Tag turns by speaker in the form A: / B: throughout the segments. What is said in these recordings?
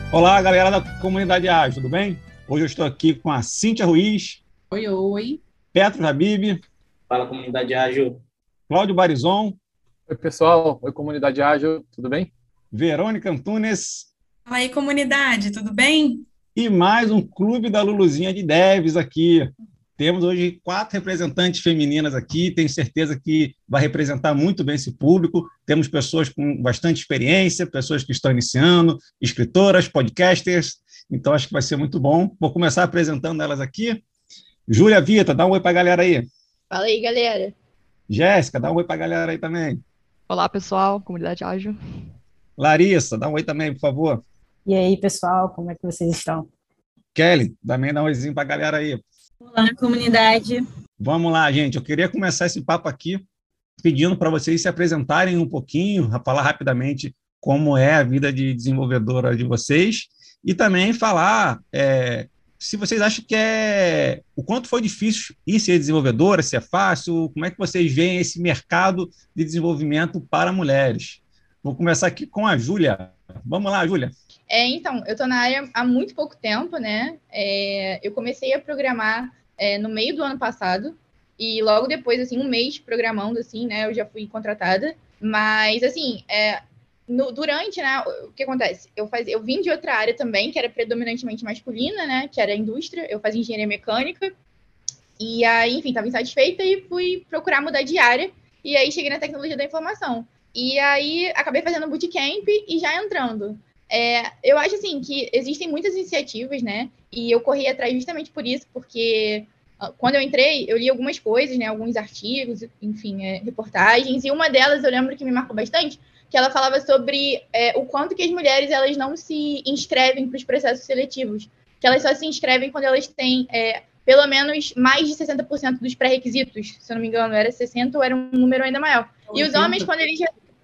A: Olá, galera da comunidade ágil, tudo bem? Hoje eu estou aqui com a Cíntia Ruiz,
B: Oi, oi.
A: Petro Habib,
C: Fala, comunidade ágil.
A: Cláudio Barizon,
D: Oi, pessoal. Oi, comunidade ágil. Tudo bem?
A: Verônica Antunes
B: Fala aí, comunidade, tudo bem?
A: e mais um clube da Luluzinha de Devs aqui. Temos hoje 4 representantes femininas aqui, tenho certeza que vai representar muito bem esse público. Temos pessoas com bastante experiência, pessoas que estão iniciando, escritoras, podcasters, então acho que vai ser muito bom. Vou começar apresentando elas aqui. Júlia Vita, dá um oi para a galera aí.
E: Fala aí, galera.
A: Jéssica, dá um oi para a galera aí também.
F: Olá, pessoal, comunidade ágil.
A: Larissa, dá um oi também, por favor.
G: E aí, pessoal, como é que vocês estão?
A: Kelly, também dá um oizinho para a galera aí.
E: Olá, comunidade.
A: Vamos lá, gente. Eu queria começar esse papo aqui pedindo para vocês se apresentarem um pouquinho, falar rapidamente como é a vida de desenvolvedora de vocês e também falar se vocês acham que o quanto foi difícil ir ser desenvolvedora, se é fácil, como é que vocês veem esse mercado de desenvolvimento para mulheres. Vou começar aqui com a Júlia. Vamos lá, Júlia.
E: Então, eu estou na área há muito pouco tempo, né? Eu comecei a programar no meio do ano passado e logo depois, assim, um mês programando, assim, né? Eu já fui contratada. Mas, assim, durante, né? O que acontece? Eu vim de outra área também, que era predominantemente masculina, né? Que era a indústria. Eu fazia engenharia mecânica. E aí, enfim, estava insatisfeita e fui procurar mudar de área. E aí cheguei na tecnologia da informação. E aí acabei fazendo um bootcamp e já entrando. Eu acho assim que existem muitas iniciativas, né? E eu corri atrás justamente por isso, porque quando eu entrei, eu li algumas coisas, né? Alguns artigos, enfim, reportagens, e uma delas eu lembro que me marcou bastante, que ela falava sobre o quanto que as mulheres elas não se inscrevem para os processos seletivos, que elas só se inscrevem quando elas têm pelo menos mais de 60% dos pré-requisitos, se eu não me engano, era 60 ou era um número ainda maior.
B: 80.
E: E os homens, quando eles já...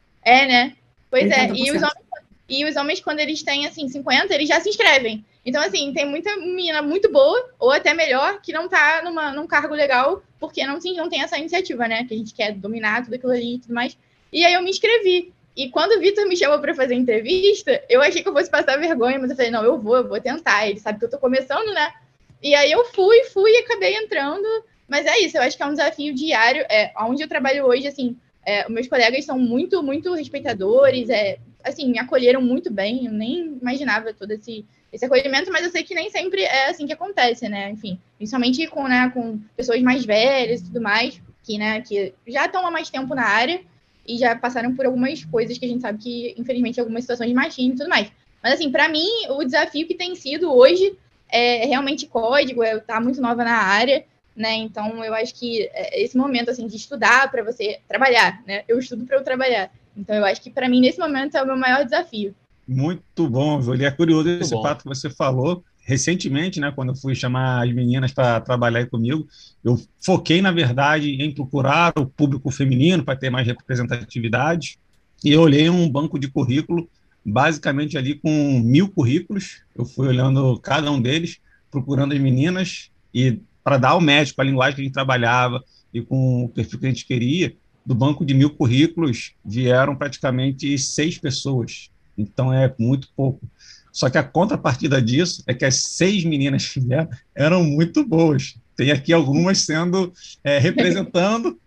E: né? Pois
B: 80%.
E: E os homens, quando eles têm, assim, 50, eles já se inscrevem. Então, assim, tem muita menina muito boa, ou até melhor, que não tá num cargo legal, porque não tem essa iniciativa, né? Que a gente quer dominar tudo aquilo ali e tudo mais. E aí eu me inscrevi. E quando o Vitor me chamou para fazer entrevista, eu achei que eu fosse passar vergonha, mas eu falei, não, eu vou tentar. Ele sabe que eu tô começando, né? E aí eu fui e acabei entrando. Mas é isso, eu acho que é um desafio diário. Onde eu trabalho hoje, assim, os meus colegas são muito, muito respeitadores, assim, me acolheram muito bem, eu nem imaginava todo esse acolhimento, mas eu sei que nem sempre é assim que acontece, né? Enfim, principalmente com pessoas mais velhas e tudo mais, que já estão há mais tempo na área e já passaram por algumas coisas que a gente sabe que, infelizmente, algumas situações de machismo e tudo mais. Mas, assim, para mim, o desafio que tem sido hoje é realmente código, estar muito nova na área, né? Então, eu acho que esse momento, assim, de estudar para você trabalhar, né? Eu estudo para eu trabalhar. Então, eu acho que, para mim, nesse momento, é o meu maior desafio.
A: Muito bom, Júlia. É curioso
D: Muito
A: esse
D: bom.
A: fato que você falou. Recentemente, né, quando eu fui chamar as meninas para trabalhar aí comigo, eu foquei, na verdade, em procurar o público feminino para ter mais representatividade. E eu olhei um banco de currículo, basicamente ali com 1.000 currículos. Eu fui olhando cada um deles, procurando as meninas, e para dar ao match com a linguagem que a gente trabalhava e com o perfil que a gente queria, do banco de 1.000 currículos vieram praticamente 6 pessoas. Então é muito pouco. Só que a contrapartida disso é que as 6 meninas que vieram eram muito boas. Tem aqui algumas sendo representando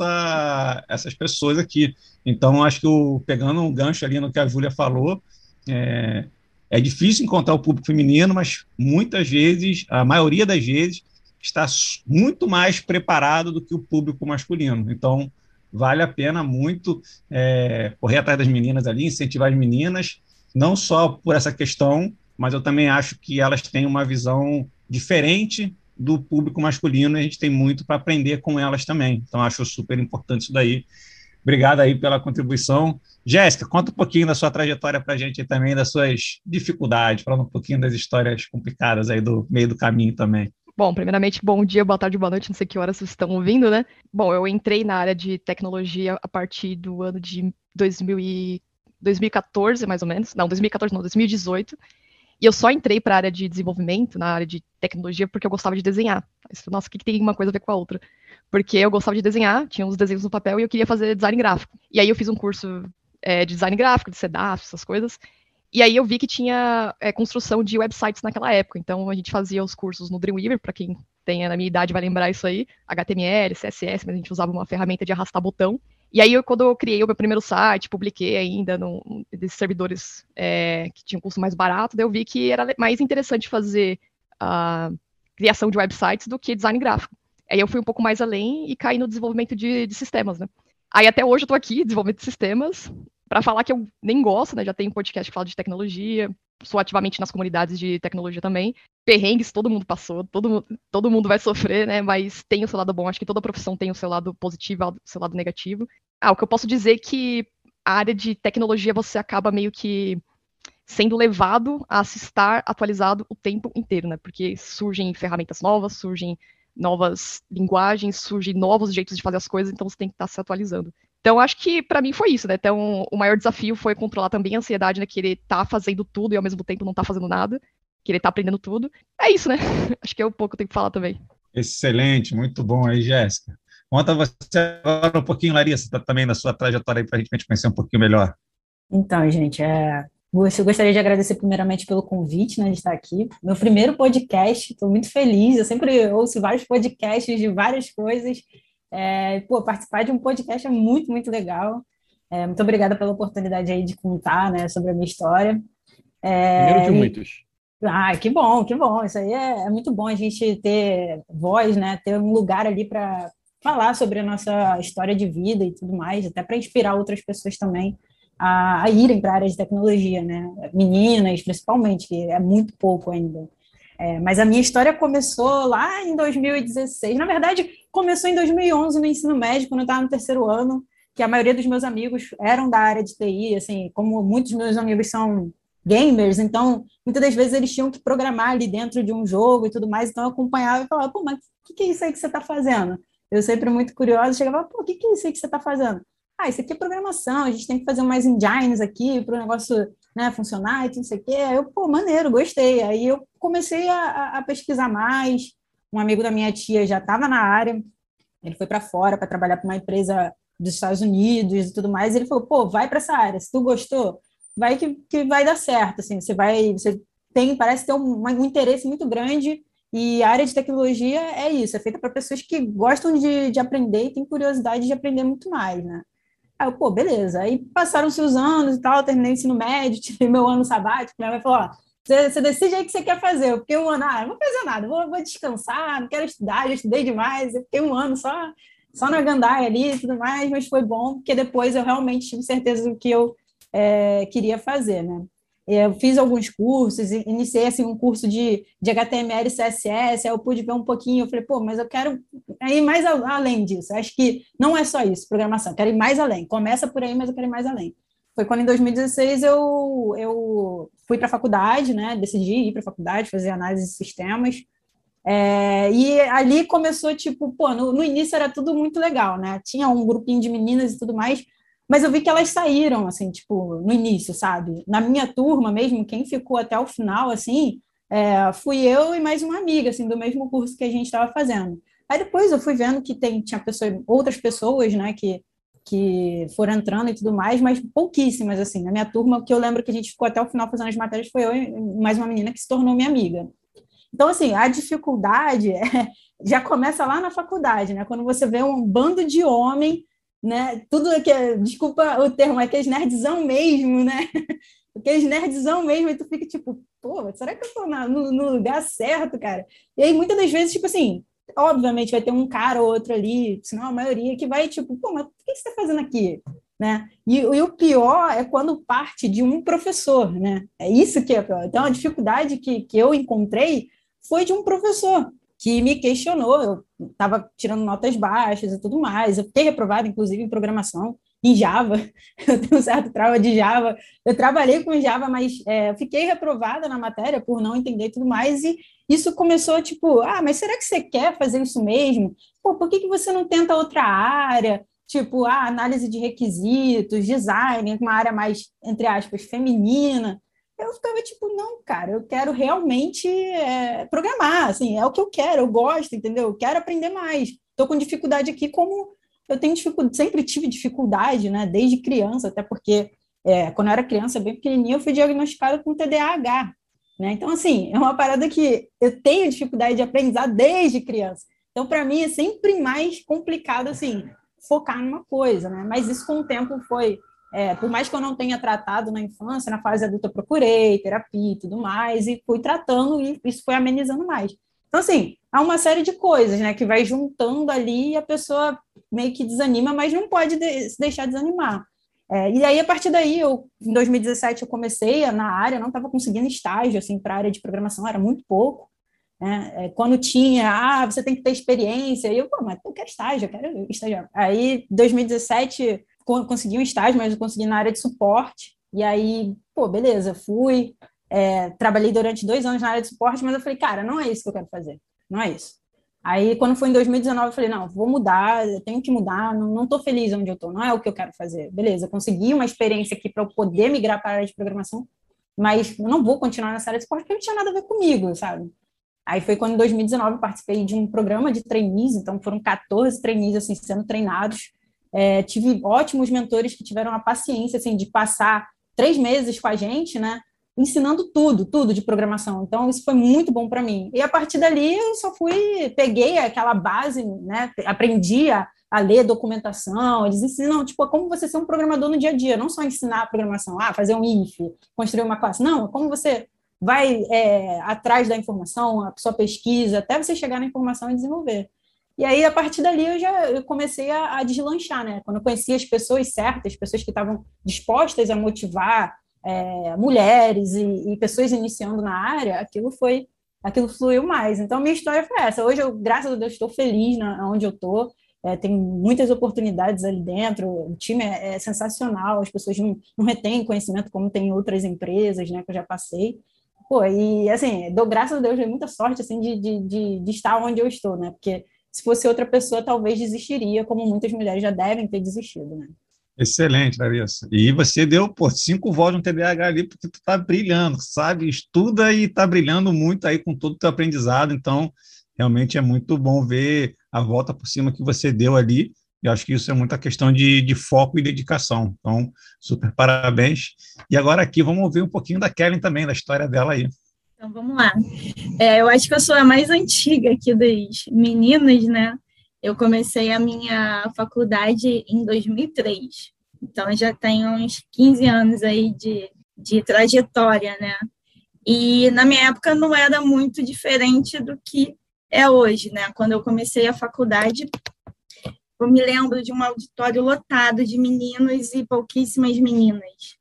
A: essas pessoas aqui. Então, acho que pegando um gancho ali no que a Júlia falou, é difícil encontrar o público feminino, mas muitas vezes, a maioria das vezes, está muito mais preparado do que o público masculino. Então, vale a pena muito correr atrás das meninas ali, incentivar as meninas, não só por essa questão, mas eu também acho que elas têm uma visão diferente do público masculino e a gente tem muito para aprender com elas também. Então, acho super importante isso daí. Obrigado aí pela contribuição. Jéssica, conta um pouquinho da sua trajetória para a gente aí também, das suas dificuldades, falando um pouquinho das histórias complicadas aí do meio do caminho também.
F: Bom, primeiramente, bom dia, boa tarde, boa noite, não sei que horas vocês estão ouvindo, né? Bom, eu entrei na área de tecnologia a partir do ano de 2014, mais ou menos. Não, 2014 não, 2018. E eu só entrei para a área de desenvolvimento, na área de tecnologia, porque eu gostava de desenhar. Nossa, o que tem uma coisa a ver com a outra? Porque eu gostava de desenhar, tinha uns desenhos no papel e eu queria fazer design gráfico. E aí eu fiz um curso de design gráfico, de CDAF, essas coisas. E aí eu vi que tinha construção de websites naquela época. Então a gente fazia os cursos no Dreamweaver, para quem tem na minha idade vai lembrar isso aí, HTML, CSS, mas a gente usava uma ferramenta de arrastar botão. E aí, quando eu criei o meu primeiro site, publiquei ainda desses servidores que tinham um custo mais barato, daí eu vi que era mais interessante fazer a criação de websites do que design gráfico. Aí eu fui um pouco mais além e caí no desenvolvimento de sistemas, né? Aí até hoje eu tô aqui, desenvolvimento de sistemas, para falar que eu nem gosto, né? Já tem um podcast que fala de tecnologia, sou ativamente nas comunidades de tecnologia também. Perrengues todo mundo passou, todo mundo vai sofrer, né? Mas tem o seu lado bom, acho que toda profissão tem o seu lado positivo, o seu lado negativo. O que eu posso dizer é que a área de tecnologia você acaba meio que sendo levado a se estar atualizado o tempo inteiro, né? Porque surgem ferramentas novas, surgem novas linguagens, surgem novos jeitos de fazer as coisas, então você tem que estar se atualizando. Então, acho que para mim foi isso, né? Então, o maior desafio foi controlar também a ansiedade, né? Querer estar fazendo tudo e ao mesmo tempo não estar fazendo nada, querer estar aprendendo tudo. É isso, né? Acho que é um pouco que eu tenho que falar também.
A: Excelente, muito bom aí, Jéssica. Conta você agora um pouquinho, Larissa, também da sua trajetória aí para a gente conhecer um pouquinho melhor.
G: Então, gente, eu gostaria de agradecer primeiramente pelo convite, né, de estar aqui. Meu primeiro podcast, estou muito feliz, eu sempre ouço vários podcasts de várias coisas. Participar de um podcast é muito, muito legal. Muito obrigada pela oportunidade aí de contar, né, sobre a minha história.
D: Primeiro de muitos.
G: Que bom, que bom. Isso aí é muito bom a gente ter voz, né, ter um lugar ali para falar sobre a nossa história de vida e tudo mais, até para inspirar outras pessoas também a irem para a área de tecnologia, né? Meninas, principalmente, que é muito pouco ainda. Mas a minha história começou lá em 2016. Na verdade, começou em 2011 no ensino médio, quando eu estava no terceiro ano, que a maioria dos meus amigos eram da área de TI, assim, como muitos dos meus amigos são gamers, então, muitas das vezes eles tinham que programar ali dentro de um jogo e tudo mais, então eu acompanhava e falava, pô, mas o que é isso aí que você está fazendo? Eu sempre muito curiosa, chegava, pô, o que é isso aí que você está fazendo? Isso aqui é programação, a gente tem que fazer umas engines aqui para o negócio, né, funcionar e não sei o quê. Aí eu, pô, maneiro, gostei. Aí eu comecei a pesquisar mais. Um amigo da minha tia já estava na área, ele foi para fora para trabalhar para uma empresa dos Estados Unidos e tudo mais. E ele falou, pô, vai para essa área, se tu gostou, vai que vai dar certo. Assim, parece ter um interesse muito grande. E a área de tecnologia é isso, é feita para pessoas que gostam de aprender e têm curiosidade de aprender muito mais, né? Aí eu, pô, beleza. Aí passaram-se os anos e tal, eu terminei o ensino médio, tive meu ano sabático, minha mãe falou, você decide aí o que você quer fazer. Eu fiquei um ano, não vou fazer nada, vou descansar, não quero estudar, já estudei demais, eu fiquei um ano só na gandaia ali e tudo mais, mas foi bom, porque depois eu realmente tive certeza do que eu queria fazer, né? Eu fiz alguns cursos, iniciei assim, um curso de HTML e CSS, aí eu pude ver um pouquinho, eu falei, pô, mas eu quero ir mais além disso, acho que não é só isso, programação, eu quero ir mais além, começa por aí, mas eu quero ir mais além. Foi quando em 2016 eu fui para a faculdade, né, decidi ir para a faculdade, fazer análise de sistemas, e ali começou, tipo, pô, no início era tudo muito legal, né, tinha um grupinho de meninas e tudo mais, mas eu vi que elas saíram, assim, tipo, no início, sabe? Na minha turma mesmo, quem ficou até o final, assim, fui eu e mais uma amiga, assim, do mesmo curso que a gente estava fazendo. Aí depois eu fui vendo que tinha outras pessoas, né, que foram entrando e tudo mais, mas pouquíssimas, assim. Na minha turma, o que eu lembro que a gente ficou até o final fazendo as matérias foi eu e mais uma menina que se tornou minha amiga. Então, assim, a dificuldade já começa lá na faculdade, né? Quando você vê um bando de homem, né? Tudo desculpa o termo, é aqueles nerdzão mesmo, né? Aqueles nerdzão mesmo, e tu fica tipo, pô, será que eu tô no lugar certo, cara? E aí, muitas das vezes, tipo assim, obviamente vai ter um cara ou outro ali, senão a maioria que vai, tipo, pô, mas o que você tá fazendo aqui? Né? E o pior é quando parte de um professor, né? É isso que é pior. Então, a dificuldade que eu encontrei foi de um professor que me questionou, eu estava tirando notas baixas e tudo mais, eu fiquei reprovada, inclusive, em programação, em Java, eu tenho um certo trauma de Java, eu trabalhei com Java, mas fiquei reprovada na matéria por não entender tudo mais, e isso começou, tipo, mas será que você quer fazer isso mesmo? Pô, por que você não tenta outra área? Tipo, análise de requisitos, design, uma área mais, entre aspas, feminina. Eu ficava tipo, não, cara, eu quero realmente programar, assim, é o que eu quero, eu gosto, entendeu? Eu quero aprender mais. Estou com dificuldade aqui, como eu tenho dificuldade, sempre tive dificuldade, né, desde criança, até porque quando eu era criança, bem pequenininha, eu fui diagnosticada com TDAH, né? Então, assim, é uma parada que eu tenho dificuldade de aprendizado desde criança. Então, para mim, é sempre mais complicado, assim, focar numa coisa, né? Mas isso, com o tempo, foi... por mais que eu não tenha tratado na infância, na fase adulta eu procurei terapia e tudo mais, e fui tratando, e isso foi amenizando mais. Então, assim, há uma série de coisas, né, que vai juntando ali e a pessoa meio que desanima, mas não pode se deixar desanimar. E aí, a partir daí, em 2017, eu comecei na área, não estava conseguindo estágio, assim, para a área de programação, era muito pouco, né? Quando tinha, você tem que ter experiência, e eu, mas eu quero estágio, eu quero estagiar. Aí, em 2017, consegui um estágio, mas eu consegui na área de suporte, e aí, beleza, fui, trabalhei durante 2 anos na área de suporte, mas eu falei, cara, não é isso que eu quero fazer, não é isso. Aí, quando foi em 2019, eu falei, não, vou mudar, eu tenho que mudar, não estou feliz onde eu estou, não é o que eu quero fazer. Beleza, eu consegui uma experiência aqui para eu poder migrar para a área de programação, mas eu não vou continuar nessa área de suporte porque não tinha nada a ver comigo, sabe? Aí foi quando, em 2019, eu participei de um programa de trainees, então foram 14 trainees, assim, sendo treinados. Tive ótimos mentores que tiveram a paciência, assim, de passar 3 meses com a gente, né? Ensinando tudo de programação. Então, isso foi muito bom para mim. E, a partir dali, eu só peguei aquela base, né? Aprendi a ler documentação. Eles ensinam, tipo, como você ser um programador no dia a dia, não só ensinar a programação, fazer um if, construir uma classe. Não, como você vai atrás da informação, a sua pesquisa, até você chegar na informação e desenvolver. E aí, a partir dali, eu comecei a deslanchar, né? Quando eu conheci as pessoas certas, pessoas que estavam dispostas a motivar mulheres e pessoas iniciando na área, aquilo fluiu mais. Então, minha história foi essa. Hoje, graças a Deus, estou feliz onde eu estou. Tem muitas oportunidades ali dentro. O time é sensacional. As pessoas não retêm conhecimento como tem em outras empresas, né, que eu já passei. E, assim, dou graças a Deus, dei muita sorte, assim, de estar onde eu estou, né? Porque se fosse outra pessoa, talvez desistiria, como muitas mulheres já devem ter desistido, né?
A: Excelente, Larissa. E você deu, 5 votos no TDAH ali, porque tu tá brilhando, sabe? Estuda e tá brilhando muito aí com todo o teu aprendizado, então realmente é muito bom ver a volta por cima que você deu ali. Eu acho que isso é muita questão de foco e dedicação. Então, super parabéns. E agora aqui vamos ouvir um pouquinho da Kellen também, da história dela aí.
H: Então, vamos lá. Eu acho que eu sou a mais antiga aqui das meninas, né? Eu comecei a minha faculdade em 2003, então eu já tenho uns 15 anos aí de trajetória, né? E na minha época não era muito diferente do que é hoje, né? Quando eu comecei a faculdade, eu me lembro de um auditório lotado de meninos e pouquíssimas meninas.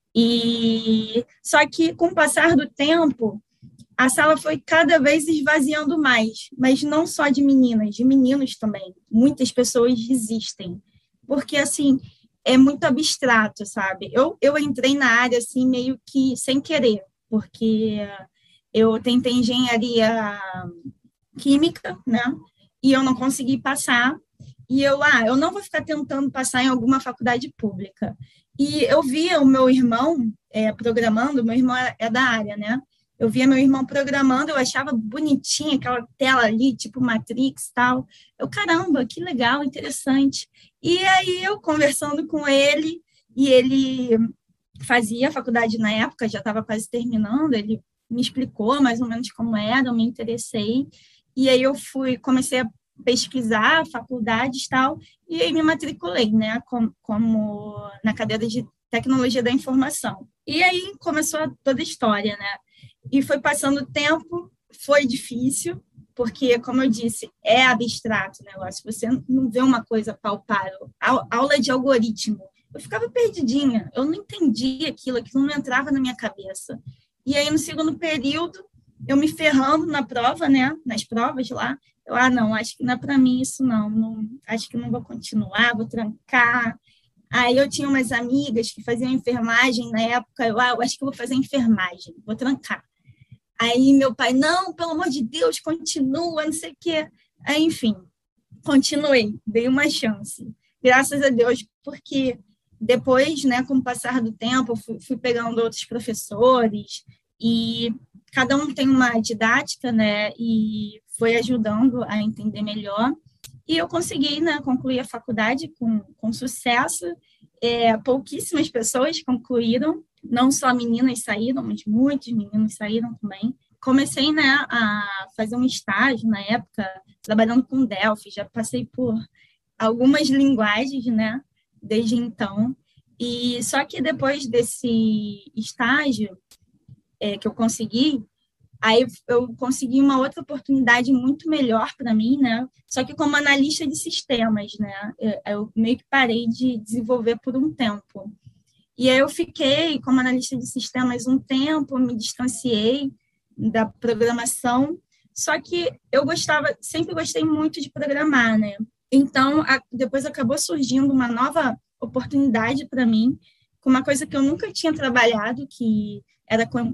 H: E só que com o passar do tempo, a sala foi cada vez esvaziando mais, mas não só de meninas, de meninos também. Muitas pessoas desistem, porque, assim, é muito abstrato, sabe? Eu entrei na área, assim, meio que sem querer, porque eu tentei engenharia química, né? E eu não consegui passar. E eu não vou ficar tentando passar em alguma faculdade pública. E eu via o meu irmão programando, meu irmão é da área, né? Eu via meu irmão programando, eu achava bonitinha aquela tela ali, tipo Matrix e tal. Caramba, que legal, interessante. E aí eu conversando com ele, e ele fazia faculdade na época, já estava quase terminando, ele me explicou mais ou menos como era, eu me interessei. E aí eu comecei a pesquisar faculdades e tal, e aí me matriculei, né, como na cadeira de Tecnologia da Informação. E aí começou toda a história, né? E foi passando o tempo, foi difícil, porque, como eu disse, é abstrato o negócio, você não vê uma coisa palpável. Aula de algoritmo, eu ficava perdidinha, eu não entendia aquilo não entrava na minha cabeça. E aí, no segundo período, eu me ferrando na prova, né, nas provas lá, não, acho que não é para mim isso não, acho que não vou continuar, vou trancar. Aí eu tinha umas amigas que faziam enfermagem na época, eu acho que eu vou fazer enfermagem, vou trancar. Aí meu pai, não, pelo amor de Deus, continua, não sei o quê. Aí, enfim, continuei, dei uma chance. Graças a Deus, porque depois, né, com o passar do tempo, fui pegando outros professores e cada um tem uma didática, né, e foi ajudando a entender melhor. E eu consegui, né, concluir a faculdade com sucesso pouquíssimas pessoas concluíram, não só meninas saíram, mas muitos meninos saíram também. Comecei, né, a fazer um estágio na época, trabalhando com Delphi, já passei por algumas linguagens, né, desde então. E só que depois desse estágio que eu consegui, aí eu consegui uma outra oportunidade muito melhor para mim, né? Só que como analista de sistemas, né? Eu meio que parei de desenvolver por um tempo. E aí eu fiquei como analista de sistemas um tempo, me distanciei da programação, só que eu sempre gostei muito de programar, né? Então, depois acabou surgindo uma nova oportunidade para mim, com uma coisa que eu nunca tinha trabalhado, que era com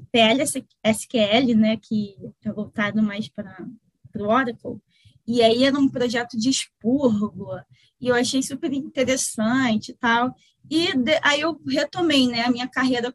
H: PL/SQL, né, que é voltado mais para o Oracle, e aí era um projeto de expurgo, e eu achei super interessante e tal, e aí eu retomei, né, a minha carreira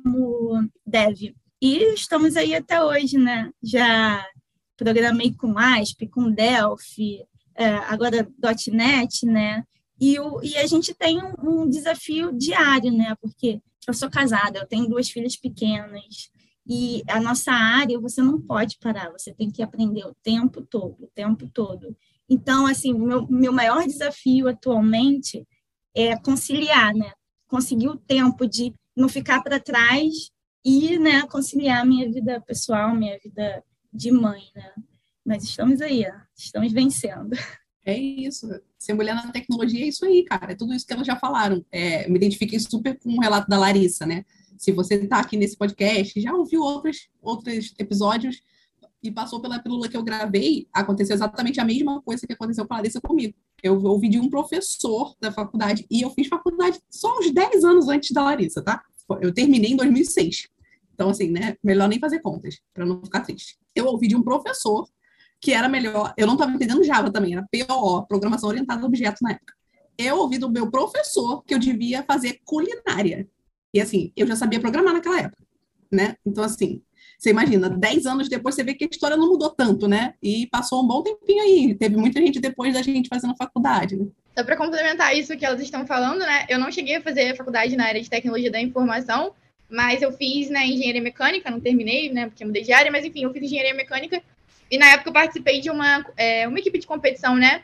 H: como dev, e estamos aí até hoje, né, já programei com ASP, com Delphi, agora .NET, né, e a gente tem um desafio diário, né, porque eu sou casada, eu tenho 2 filhas pequenas, e a nossa área você não pode parar, você tem que aprender o tempo todo, o tempo todo. Então, assim, o meu maior desafio atualmente é conciliar, né? Conseguir o tempo de não ficar para trás e, né, conciliar minha vida pessoal, minha vida de mãe, né? Mas estamos aí, estamos vencendo.
I: É isso. Ser mulher na tecnologia é isso aí, cara. É tudo isso que elas já falaram. Me identifiquei super com o relato da Larissa, né? Se você está aqui nesse podcast, já ouviu outros episódios e passou pela pílula que eu gravei, aconteceu exatamente a mesma coisa que aconteceu com a Larissa comigo. Eu ouvi de um professor da faculdade, e eu fiz faculdade só uns 10 anos antes da Larissa, tá? Eu terminei em 2006. Então, assim, né? Melhor nem fazer contas, para não ficar triste. Eu ouvi de um professor que era melhor, eu não estava entendendo Java também, era POO, Programação Orientada a Objetos na época. Eu ouvi do meu professor que eu devia fazer culinária. E assim, eu já sabia programar naquela época, né? Então assim, você imagina, 10 anos depois você vê que a história não mudou tanto, né? E passou um bom tempinho aí, teve muita gente depois da gente fazendo faculdade, né?
E: Só para complementar isso que elas estão falando, né? Eu não cheguei a fazer faculdade na área de tecnologia da informação, mas eu fiz, né, engenharia mecânica, não terminei, né, porque eu mudei de área, mas enfim, eu fiz engenharia mecânica. E na época eu participei de uma equipe de competição, né,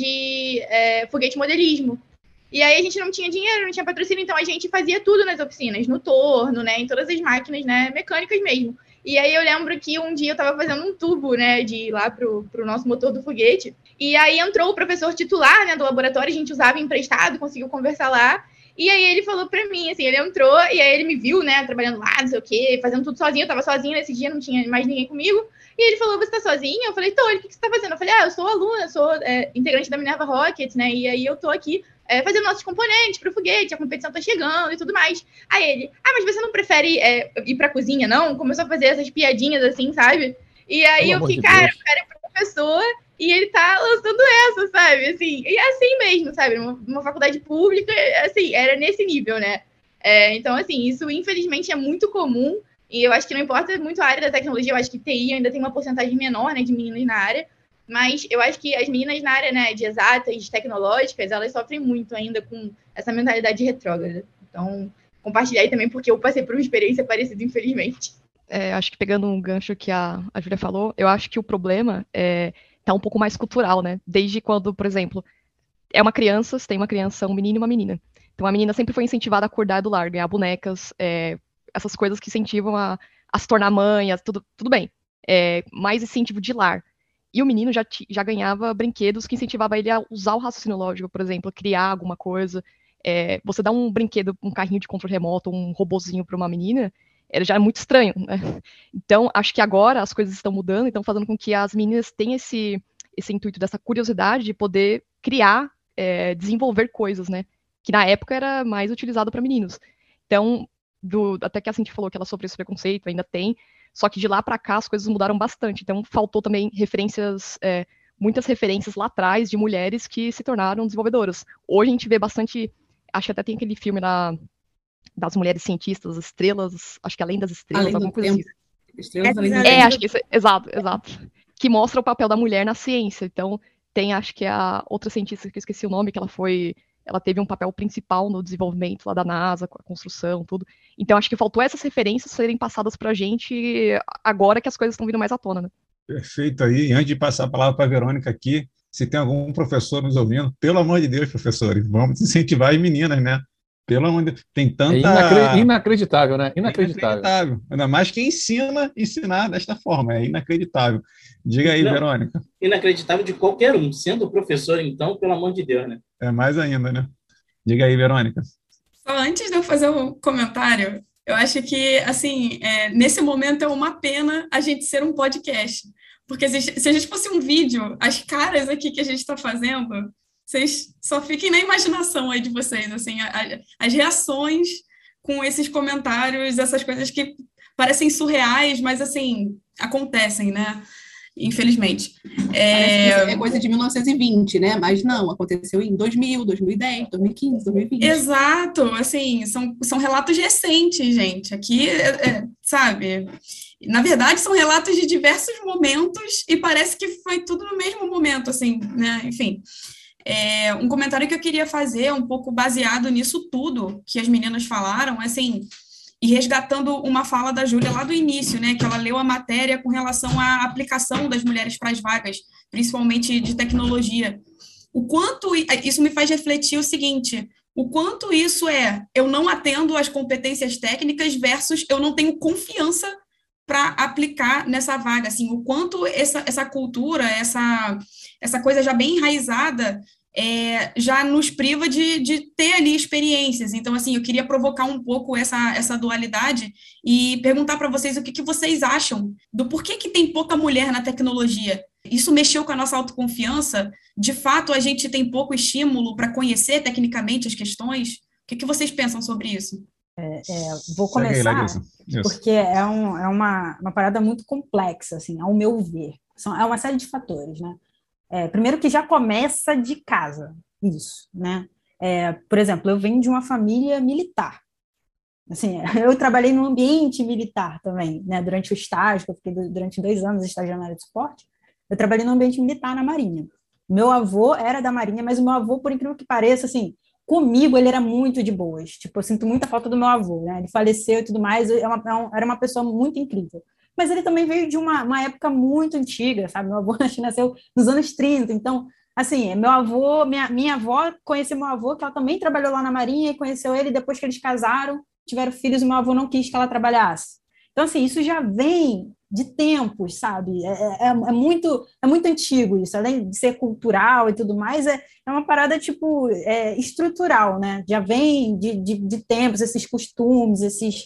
E: de foguete modelismo. E aí a gente não tinha dinheiro, não tinha patrocínio, então a gente fazia tudo nas oficinas, no torno, né, em todas as máquinas, né, mecânicas mesmo. E aí eu lembro que um dia eu estava fazendo um tubo, né, de ir lá pro nosso motor do foguete. E aí entrou o professor titular, né, do laboratório, a gente usava emprestado, conseguiu conversar lá. E aí ele falou pra mim, assim, ele entrou e aí ele me viu, né, trabalhando lá, não sei o quê, fazendo tudo sozinho, eu tava sozinha nesse dia, não tinha mais ninguém comigo. E ele falou, você tá sozinha? Eu falei, tô. Ele, o que você tá fazendo? Eu falei, eu sou aluna, sou integrante da Minerva Rockets, né, e aí eu tô aqui fazendo nossos componentes pro foguete, a competição tá chegando e tudo mais. Aí ele, mas você não prefere ir pra cozinha, não? Começou a fazer essas piadinhas assim, sabe? E aí eu fiquei, cara, o cara é professor e ele tá lançando essa, sabe? Assim, e assim mesmo, sabe? Numa faculdade pública, assim, era nesse nível, né? Então, assim, isso infelizmente é muito comum e eu acho que não importa muito a área da tecnologia, eu acho que TI ainda tem uma porcentagem menor, né, de meninas na área, mas eu acho que as meninas na área, né, de exatas, tecnológicas, elas sofrem muito ainda com essa mentalidade retrógrada. Então, compartilhar aí também, porque eu passei por uma experiência parecida, infelizmente.
F: Acho que pegando um gancho que a Júlia falou, eu acho que o problema tá um pouco mais cultural, né? Desde quando, por exemplo, você tem uma criança, um menino e uma menina. Então a menina sempre foi incentivada a acordar do lar, ganhar bonecas, essas coisas que incentivam a se tornar mãe, tudo bem. Mais incentivo de lar. E o menino já ganhava brinquedos que incentivavam ele a usar o raciocínio lógico, por exemplo, a criar alguma coisa. Você dá um brinquedo, um carrinho de controle remoto, um robozinho para uma menina, já é muito estranho, né? Então, acho que agora as coisas estão mudando e estão fazendo com que as meninas tenham esse intuito, dessa curiosidade de poder criar, desenvolver coisas, né? Que na época era mais utilizado para meninos. Então, até que a Cintia falou que ela sofreu esse preconceito, ainda tem, só que de lá para cá as coisas mudaram bastante. Então, faltou também muitas referências lá atrás de mulheres que se tornaram desenvolvedoras. Hoje a gente vê bastante, acho que até tem aquele filme das mulheres cientistas, estrelas, acho que Além das Estrelas,
I: Além
F: alguma coisa
I: tempo.
F: assim.
I: Estrelas além do tempo.
F: Acho que isso, exato. Que mostra o papel da mulher na ciência. Então, tem, acho que a outra cientista, que eu esqueci o nome, que ela foi ela teve um papel principal no desenvolvimento lá da NASA, com a construção, tudo. Então, acho que faltou essas referências serem passadas para a gente agora que as coisas estão vindo mais à tona, né?
A: Perfeito aí. E antes de passar a palavra para a Verônica aqui, se tem algum professor nos ouvindo, pelo amor de Deus, professores, vamos incentivar as meninas, né? Pelo amor de Deus, tem tanta...
D: Inacreditável, né? Inacreditável.
A: Ainda mais que ensinar desta forma, é inacreditável. Diga aí,
C: Não,
A: Verônica.
C: Inacreditável de qualquer um. Sendo professor, então, pelo amor de Deus, né?
A: É mais ainda, né? Diga aí, Verônica.
B: Só antes de eu fazer o comentário, eu acho que, assim, nesse momento é uma pena a gente ser um podcast. Porque se a gente fosse um vídeo, as caras aqui que a gente está fazendo, vocês só fiquem na imaginação aí de vocês, assim, as reações com esses comentários, essas coisas que parecem surreais, mas, assim, acontecem, né? Infelizmente.
I: Parece que é coisa de 1920, né? Mas não, aconteceu em 2000, 2010, 2015, 2020.
B: Exato, assim, são relatos recentes, gente. Aqui, sabe? Na verdade, são relatos de diversos momentos e parece que foi tudo no mesmo momento, assim, né? Enfim. Um comentário que eu queria fazer, um pouco baseado nisso tudo que as meninas falaram, assim, e resgatando uma fala da Júlia lá do início, né, que ela leu a matéria com relação à aplicação das mulheres para as vagas, principalmente de tecnologia. O quanto isso me faz refletir o seguinte: o quanto isso eu não atendo às competências técnicas versus eu não tenho confiança para aplicar nessa vaga, assim, o quanto essa cultura, essa coisa já bem enraizada já nos priva de ter ali experiências. Então, assim, eu queria provocar um pouco essa dualidade e perguntar para vocês o que vocês acham do porquê que tem pouca mulher na tecnologia. Isso mexeu com a nossa autoconfiança? De fato, a gente tem pouco estímulo para conhecer tecnicamente as questões? O que vocês pensam sobre isso?
G: Vou começar, porque é uma parada muito complexa, assim, ao meu ver. É uma série de fatores, né? Primeiro que já começa de casa, isso, né? Por exemplo, eu venho de uma família militar. Assim, eu trabalhei no ambiente militar também, né? Durante o estágio, eu fiquei durante 2 anos estagiando na área de esporte, eu trabalhei no ambiente militar na Marinha. Meu avô era da Marinha, mas o meu avô, por incrível que pareça, assim, comigo ele era muito de boas. Tipo, eu sinto muita falta do meu avô, né? Ele faleceu e tudo mais, era uma pessoa muito incrível. Mas ele também veio de uma época muito antiga, sabe? Meu avô nasceu nos anos 30, então, assim, meu avô, minha avó conheceu meu avô, que ela também trabalhou lá na Marinha, e conheceu ele depois que eles casaram, tiveram filhos, e meu avô não quis que ela trabalhasse. Então, assim, isso já vem de tempos, sabe? É muito antigo isso, além de ser cultural e tudo mais, é uma parada, tipo, estrutural, né? Já vem de tempos, esses costumes, esses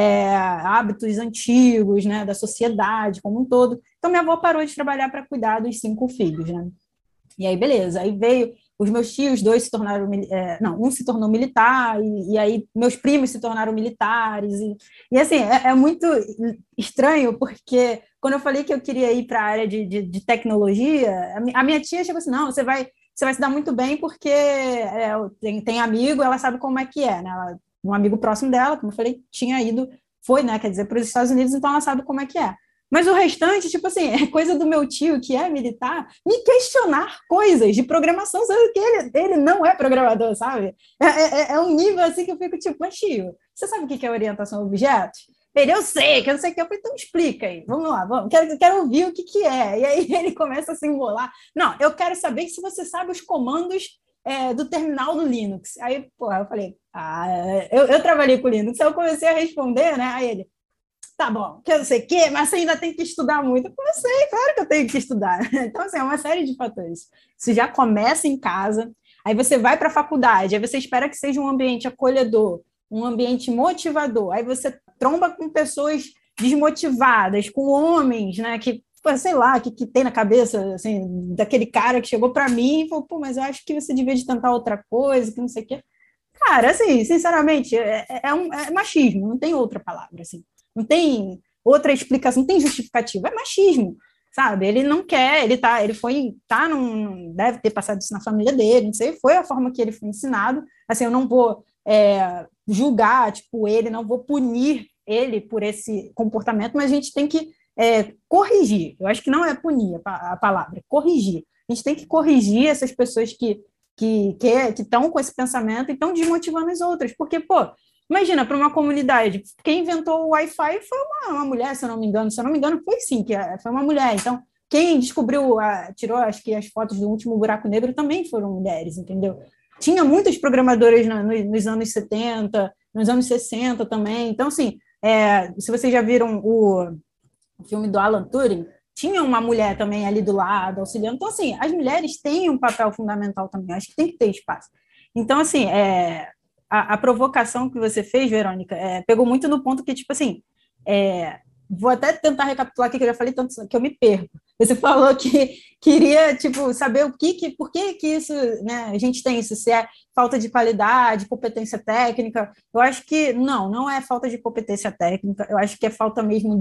G: hábitos antigos, né, da sociedade como um todo. Então, minha avó parou de trabalhar para cuidar dos 5 filhos, né? E aí, beleza. Aí veio os meus tios, 2 se tornaram... um se tornou militar, e aí meus primos se tornaram militares. E assim, é muito estranho, porque quando eu falei que eu queria ir para a área de tecnologia, a minha tia chegou assim, não, você vai se dar muito bem porque tem amigo, ela sabe como é que é, né? Um amigo próximo dela, como eu falei, né, quer dizer, para os Estados Unidos, então ela sabe como é que é. Mas o restante, tipo assim, é coisa do meu tio, que é militar, me questionar coisas de programação, sendo que ele não é programador, sabe? É um nível assim que eu fico tipo, mas tio, você sabe o que é orientação a objetos? Eu sei, que eu não sei o que. Eu falei, então explica aí, vamos lá, quero ouvir o que é. E aí ele começa a se embolar. Não, eu quero saber se você sabe os comandos do terminal do Linux. Aí, porra, eu falei, eu trabalhei com Linux, aí eu comecei a responder, né? Aí ele, tá bom, que eu não sei o quê, mas você ainda tem que estudar muito. Eu comecei, claro que eu tenho que estudar. Então, assim, é uma série de fatores. Isso já começa em casa, aí você vai para a faculdade, aí você espera que seja um ambiente acolhedor, um ambiente motivador, aí você tromba com pessoas desmotivadas, com homens, né, que sei lá, que tem na cabeça, assim, daquele cara que chegou para mim e falou, pô, mas eu acho que você devia de tentar outra coisa, que não sei o quê. Cara, assim, sinceramente, é machismo, não tem outra palavra, assim. Não tem outra explicação, não tem justificativa, é machismo, sabe? Ele não quer, deve ter passado isso na família dele, não sei, foi a forma que ele foi ensinado, assim, eu não vou julgar, tipo, ele, não vou punir ele por esse comportamento, mas a gente tem que corrigir. Eu acho que não é punir a palavra, é corrigir. A gente tem que corrigir essas pessoas que que estão com esse pensamento e estão desmotivando as outras. Porque, pô, imagina, para uma comunidade, quem inventou o Wi-Fi foi uma mulher, se eu não me engano. Se eu não me engano, foi sim, foi uma mulher. Então, quem descobriu, tirou, acho que as fotos do último buraco negro também foram mulheres, entendeu? Tinha muitas programadoras nos anos 70, nos anos 60 também. Então, assim, se vocês já viram o filme do Alan Turing, tinha uma mulher também ali do lado, auxiliando. Então, assim, as mulheres têm um papel fundamental também. Acho que tem que ter espaço. Então, assim, a provocação que você fez, Verônica, pegou muito no ponto que, tipo assim, vou até tentar recapitular aqui, que eu já falei tanto que eu me perco. Você falou que queria, tipo, saber por que isso, né, a gente tem isso, se é falta de qualidade, competência técnica. Eu acho que não é falta de competência técnica, eu acho que é falta mesmo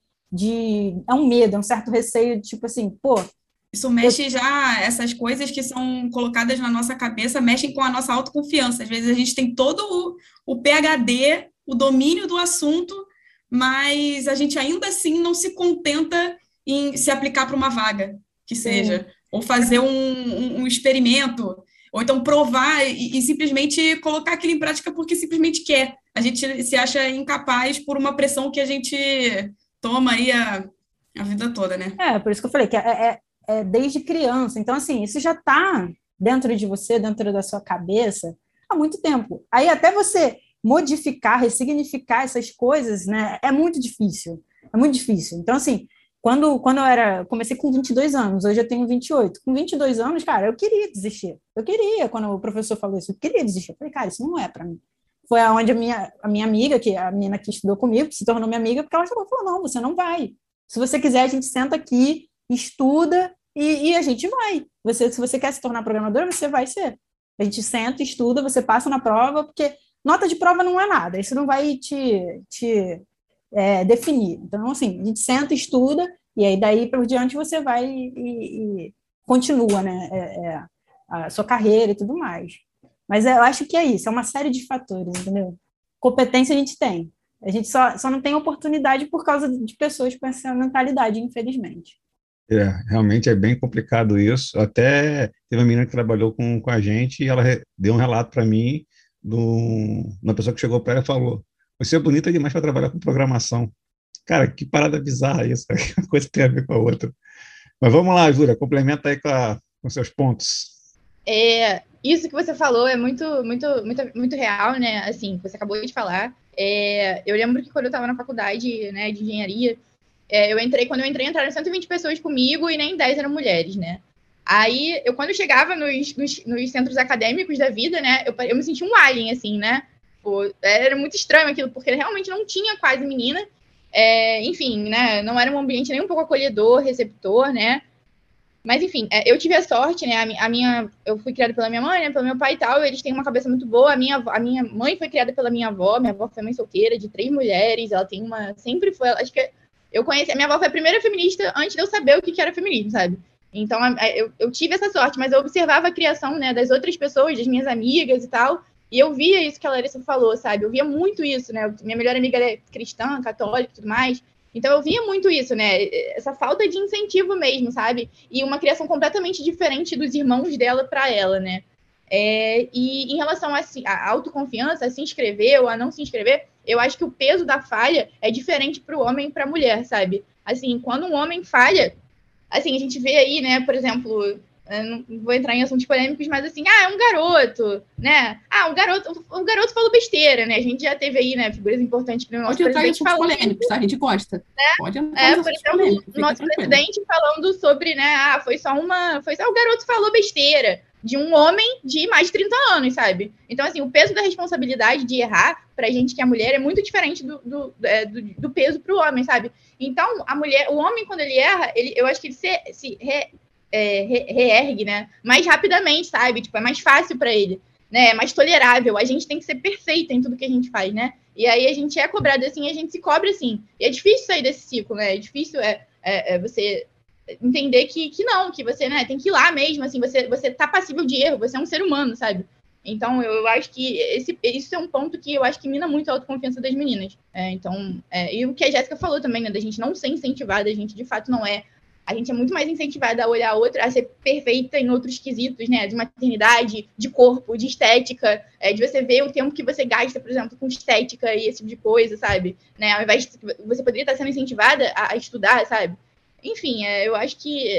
G: é um medo, é um certo receio, tipo assim, pô.
B: Isso mexe já, essas coisas que são colocadas na nossa cabeça, mexem com a nossa autoconfiança. Às vezes a gente tem todo o PhD, o domínio do assunto, mas a gente ainda assim não se contenta em se aplicar para uma vaga, que seja, ou fazer um experimento, ou então provar e simplesmente colocar aquilo em prática porque simplesmente quer. A gente se acha incapaz por uma pressão que a gente toma aí a vida toda, né?
G: Por isso que eu falei que é desde criança. Então, assim, isso já está dentro de você, dentro da sua cabeça, há muito tempo. Aí até você modificar, ressignificar essas coisas, né, é muito difícil. É muito difícil. Então, assim, quando eu comecei com 22 anos, hoje eu tenho 28. Com 22 anos, cara, eu queria desistir. Eu queria, quando o professor falou isso, eu queria desistir. Eu falei, cara, isso não é para mim. Foi onde a minha amiga, que a menina que estudou comigo, que se tornou minha amiga, porque ela chegou e falou, não, você não vai. Se você quiser, a gente senta aqui, estuda e a gente vai. Se você quer se tornar programadora, você vai ser. A gente senta, estuda, você passa na prova, porque nota de prova não é nada, isso não vai te definir. Então, assim, a gente senta, estuda, e aí daí por diante você vai e continua, né, a sua carreira e tudo mais. Mas eu acho que é isso, é uma série de fatores, entendeu? Competência a gente tem. A gente só não tem oportunidade por causa de pessoas com essa mentalidade, infelizmente.
A: Realmente é bem complicado isso. Até teve uma menina que trabalhou com a gente e ela deu um relato para mim de uma pessoa que chegou para ela e falou: você é bonita demais para trabalhar com programação. Cara, que parada bizarra isso. Uma coisa tem a ver com a outra. Mas vamos lá, Júlia, complementa aí com seus pontos.
E: Isso que você falou é muito, muito, muito, muito real, né? Assim, você acabou de falar. Eu lembro que quando eu estava na faculdade, né, de engenharia, quando eu entrei, entraram 120 pessoas comigo e nem 10 eram mulheres, né? Aí, quando eu chegava nos centros acadêmicos da vida, né, eu me sentia um alien, assim, né? Pô, era muito estranho aquilo, porque realmente não tinha quase menina. Enfim, né, não era um ambiente nem um pouco acolhedor, receptor, né? Mas, enfim, eu tive a sorte, né, eu fui criada pela minha mãe, né, pelo meu pai e tal, eles têm uma cabeça muito boa, a minha mãe foi criada pela minha avó foi mãe solteira, de 3 mulheres, ela tem sempre foi, acho que eu conheci, a minha avó foi a primeira feminista antes de eu saber o que era feminismo, sabe? Então, eu tive essa sorte, mas eu observava a criação, né, das outras pessoas, das minhas amigas e tal, e eu via isso que a Larissa falou, sabe? Eu via muito isso, né? Minha melhor amiga é cristã, católica e tudo mais. Então, eu via muito isso, né? Essa falta de incentivo mesmo, sabe? E uma criação completamente diferente dos irmãos dela para ela, né? E em relação à autoconfiança, a se inscrever ou a não se inscrever, eu acho que o peso da falha é diferente para o homem e para a mulher, sabe? Assim, quando um homem falha, assim, a gente vê aí, né, por exemplo, não vou entrar em assuntos polêmicos, mas assim, é um garoto, né? O garoto falou besteira, né? A gente já teve aí, né, figuras importantes para o nosso presidente falando.
I: Polêmicos, tá? A gente gosta.
E: Né?
I: Pode
E: por exemplo, o nosso presidente falando sobre, né, o garoto falou besteira de um homem de mais de 30 anos, sabe? Então, assim, o peso da responsabilidade de errar pra gente que é mulher é muito diferente do peso pro homem, sabe? Então, o homem, quando ele erra, eu acho que ele se reergue, né? Mais rapidamente, sabe? Tipo, é mais fácil pra ele, né? É mais tolerável. A gente tem que ser perfeita em tudo que a gente faz, né? E aí a gente é cobrado assim, a gente se cobra assim. E é difícil sair desse ciclo, né? É difícil você entender que não, que você, né, tem que ir lá mesmo, assim, você tá passível de erro, você é um ser humano, sabe? Então, eu acho que isso é um ponto que eu acho que mina muito a autoconfiança das meninas. E o que a Jéssica falou também, né, da gente não ser incentivada, a gente de fato não é A gente é muito mais incentivada a olhar a outra, a ser perfeita em outros quesitos, né? De maternidade, de corpo, de estética, de você ver o tempo que você gasta, por exemplo, com estética e esse tipo de coisa, sabe? Né? Ao invés de você poderia estar sendo incentivada a estudar, sabe? Enfim, eu acho que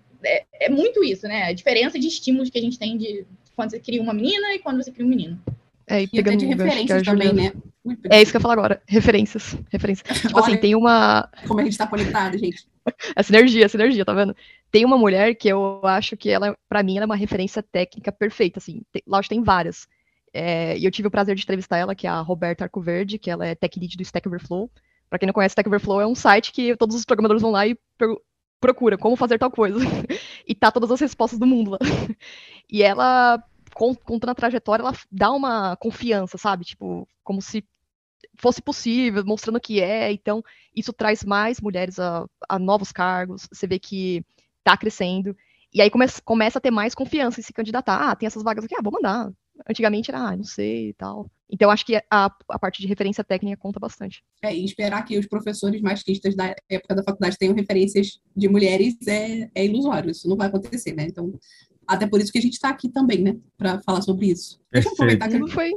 E: é muito isso, né? A diferença de estímulos que a gente tem de quando você cria uma menina e quando você cria um menino.
B: E até de referências também, né?
F: É isso que eu ia falar agora. Referências. Tipo assim, tem uma...
I: Como a gente tá conectado, gente.
F: A sinergia, tá vendo? Tem uma mulher que eu acho que ela, pra mim, ela é uma referência técnica perfeita, assim. Lógico, tem várias. E eu tive o prazer de entrevistar ela, que é a Roberta Arcoverde, que ela é tech lead do Stack Overflow. Pra quem não conhece, Stack Overflow é um site que todos os programadores vão lá e procura como fazer tal coisa. E tá todas as respostas do mundo lá. E ela, contando a trajetória, ela dá uma confiança, sabe? Tipo, como se fosse possível, mostrando que é. Então, isso traz mais mulheres a novos cargos. Você vê que tá crescendo. E aí começa a ter mais confiança em se candidatar. Tem essas vagas aqui, vou mandar. Antigamente era, não sei e tal. Então, acho que a parte de referência técnica conta bastante.
I: E esperar que os professores machistas da época da faculdade tenham referências de mulheres é ilusório. Isso não vai acontecer, né? Então, até por isso que a gente está aqui também, né? Para falar sobre isso. Deixa eu aproveitar que...
F: Foi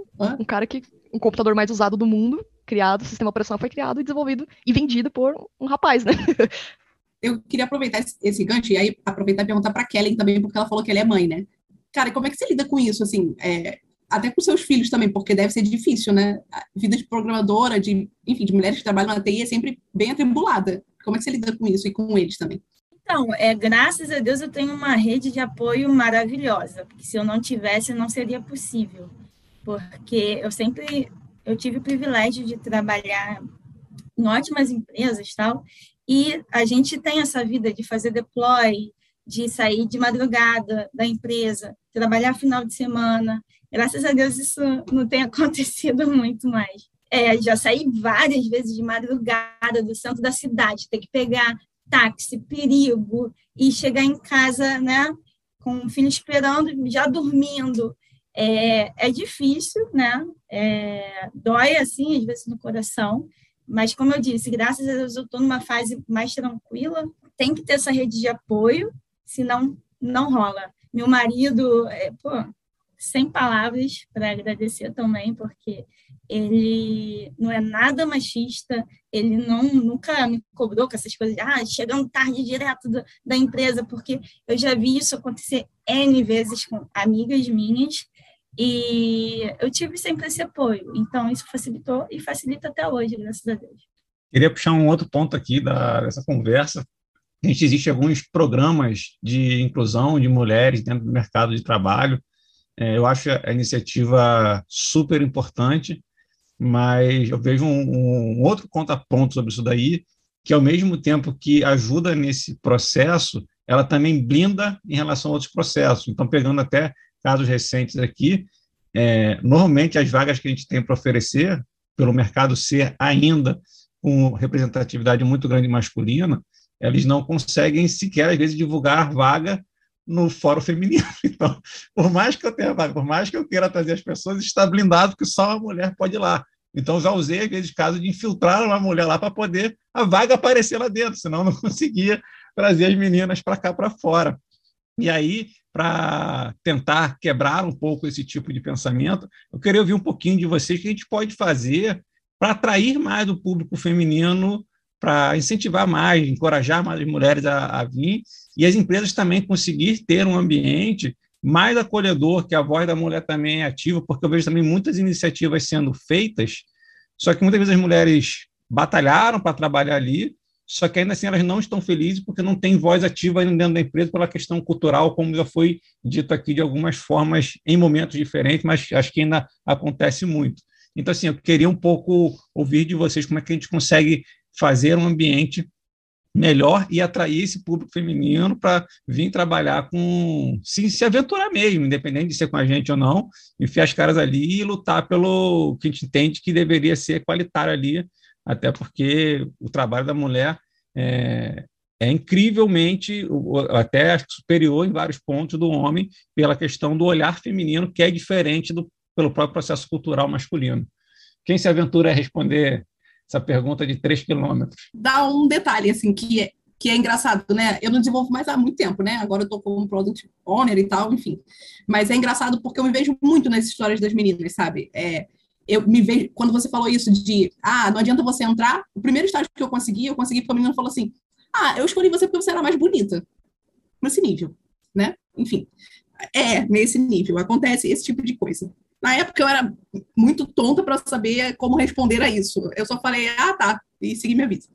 F: um computador mais usado do mundo, criado, o sistema operacional foi criado e desenvolvido e vendido por um rapaz, né?
I: Eu queria aproveitar esse gancho e aí aproveitar e perguntar para Kellen também, porque ela falou que ela é mãe, né? Cara, como é que você lida com isso, assim, até com seus filhos também, porque deve ser difícil, né? A vida de programadora, de mulheres que trabalham na TI é sempre bem atribulada. Como é que você lida com isso e com eles também?
H: Então, graças a Deus eu tenho uma rede de apoio maravilhosa, porque se eu não tivesse, não seria possível. Porque eu tive o privilégio de trabalhar em ótimas empresas, tal, e a gente tem essa vida de fazer deploy, de sair de madrugada da empresa, trabalhar final de semana. Graças a Deus isso não tem acontecido muito mais. Já saí várias vezes de madrugada do centro da cidade, ter que pegar táxi, perigo, e chegar em casa, né, com o filho esperando, já dormindo. É difícil, né? Dói, assim, às vezes no coração, mas, como eu disse, graças a Deus eu estou numa fase mais tranquila. Tem que ter essa rede de apoio, senão não rola. Meu marido, sem palavras para agradecer também, porque ele não é nada machista, ele nunca me cobrou com essas coisas de chegando tarde direto da empresa, porque eu já vi isso acontecer N vezes com amigas minhas, e eu tive sempre esse apoio. Então, isso facilitou e facilita até hoje, graças a Deus.
A: Queria puxar um outro ponto aqui dessa conversa. Existem alguns programas de inclusão de mulheres dentro do mercado de trabalho. Eu acho a iniciativa super importante, mas eu vejo um outro contraponto sobre isso daí, que ao mesmo tempo que ajuda nesse processo, ela também blinda em relação a outros processos. Então, pegando até casos recentes aqui, normalmente as vagas que a gente tem para oferecer, pelo mercado ser ainda com representatividade muito grande masculina, eles não conseguem sequer, às vezes, divulgar vaga no fórum feminino. Então, por mais que eu tenha vaga, por mais que eu queira trazer as pessoas, está blindado que só uma mulher pode ir lá. Então, já usei, às vezes, caso de infiltrar uma mulher lá para poder a vaga aparecer lá dentro, senão não conseguia trazer as meninas para cá, para fora. E aí, para tentar quebrar um pouco esse tipo de pensamento, eu queria ouvir um pouquinho de vocês o que a gente pode fazer para atrair mais o público feminino, para incentivar mais, encorajar mais as mulheres a vir, e as empresas também conseguir ter um ambiente mais acolhedor, que a voz da mulher também é ativa, porque eu vejo também muitas iniciativas sendo feitas, só que muitas vezes as mulheres batalharam para trabalhar ali, só que ainda assim elas não estão felizes porque não tem voz ativa ainda dentro da empresa pela questão cultural, como já foi dito aqui de algumas formas em momentos diferentes, mas acho que ainda acontece muito. Então, assim, eu queria um pouco ouvir de vocês como é que a gente consegue fazer um ambiente melhor e atrair esse público feminino para vir trabalhar se aventurar mesmo, independente de ser com a gente ou não, enfiar as caras ali e lutar pelo que a gente entende que deveria ser equalitário ali, até porque o trabalho da mulher é incrivelmente, até superior em vários pontos do homem, pela questão do olhar feminino, que é diferente pelo próprio processo cultural masculino. Quem se aventura a responder essa pergunta de 3 quilômetros?
I: Dá um detalhe, assim, que que é engraçado, né? Eu não desenvolvo mais há muito tempo, né? Agora eu tô como Product Owner e tal, enfim. Mas é engraçado porque eu me vejo muito nas histórias das meninas, sabe? Eu me vejo, quando você falou isso de, não adianta você entrar, o primeiro estágio que eu consegui porque a menina falou assim, eu escolhi você porque você era mais bonita. Nesse nível, né? Enfim, nesse nível, acontece esse tipo de coisa. Na época eu era muito tonta para saber como responder a isso. Eu só falei, tá, e segui minha vida.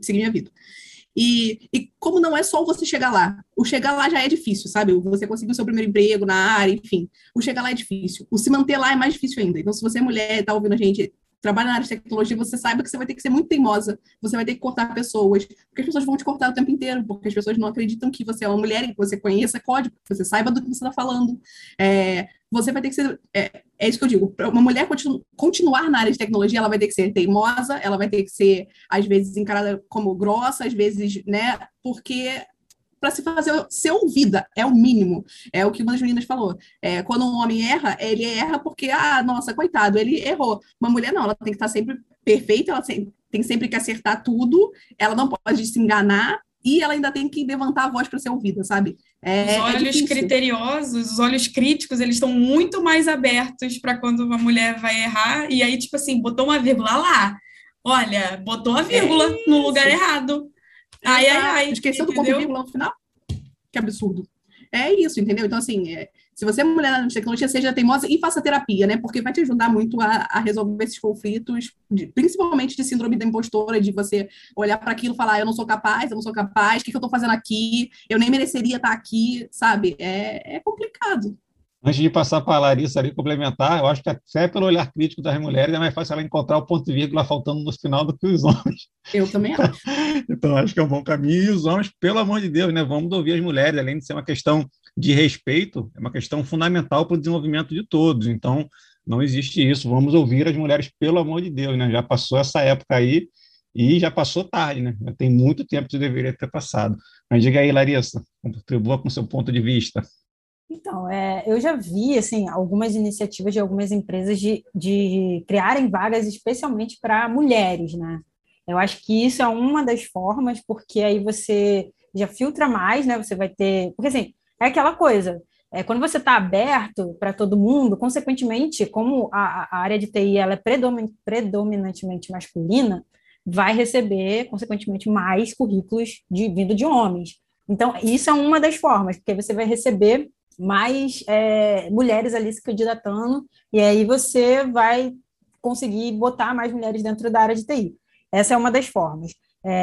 I: E como não é só você chegar lá, o chegar lá já é difícil, sabe? Você conseguir o seu primeiro emprego na área, enfim, o chegar lá é difícil. O se manter lá é mais difícil ainda. Então, se você é mulher e está ouvindo a gente, trabalha na área de tecnologia, você saiba que você vai ter que ser muito teimosa, você vai ter que cortar pessoas, porque as pessoas vão te cortar o tempo inteiro, porque as pessoas não acreditam que você é uma mulher e que você conheça código, que você saiba do que você está falando. Você vai ter que ser... É isso que eu digo. Para uma mulher continuar na área de tecnologia, ela vai ter que ser teimosa, ela vai ter que ser, às vezes, encarada como grossa, às vezes, né? Porque para se fazer ser ouvida, é o mínimo. É o que uma das meninas falou. Quando um homem erra, ele erra porque, nossa, coitado, ele errou. Uma mulher não, ela tem que estar sempre perfeita, ela tem sempre que acertar tudo, ela não pode se enganar, e ela ainda tem que levantar a voz para ser ouvida, sabe?
B: Os olhos criteriosos, os olhos críticos, eles estão muito mais abertos para quando uma mulher vai errar, e aí, tipo assim, botou uma vírgula lá. Olha, botou a vírgula no lugar errado.
I: Esqueceu do ponto de vírgula no final? Que absurdo. É isso, entendeu? Então, assim, se você é mulher na tecnologia, seja teimosa e faça terapia, né? Porque vai te ajudar muito a resolver esses conflitos, principalmente de síndrome da impostora, de você olhar para aquilo e falar, eu não sou capaz, o que eu tô fazendo aqui? Eu nem mereceria estar aqui, sabe? É complicado.
A: Antes de passar para a Larissa ali complementar, eu acho que até pelo olhar crítico das mulheres é mais fácil ela encontrar o ponto e vírgula faltando no final do que os homens.
I: Eu também acho.
A: Então, acho que é um bom caminho. E os homens, pelo amor de Deus, né? Vamos ouvir as mulheres, além de ser uma questão de respeito, é uma questão fundamental para o desenvolvimento de todos. Então, não existe isso. Vamos ouvir as mulheres, pelo amor de Deus, né? Já passou essa época aí e já passou tarde, né? Já tem muito tempo que deveria ter passado. Mas diga aí, Larissa, contribua com o seu ponto de vista.
G: Então, eu já vi, assim, algumas iniciativas de algumas empresas de criarem vagas especialmente para mulheres, né? Eu acho que isso é uma das formas, porque aí você já filtra mais, né? Você vai ter... Porque, assim, é aquela coisa, quando você está aberto para todo mundo, consequentemente, como a área de TI ela é predominantemente masculina, vai receber, consequentemente, mais currículos vindo de homens. Então, isso é uma das formas, porque você vai receber mais mulheres ali se candidatando, e aí você vai conseguir botar mais mulheres dentro da área de TI. Essa é uma das formas.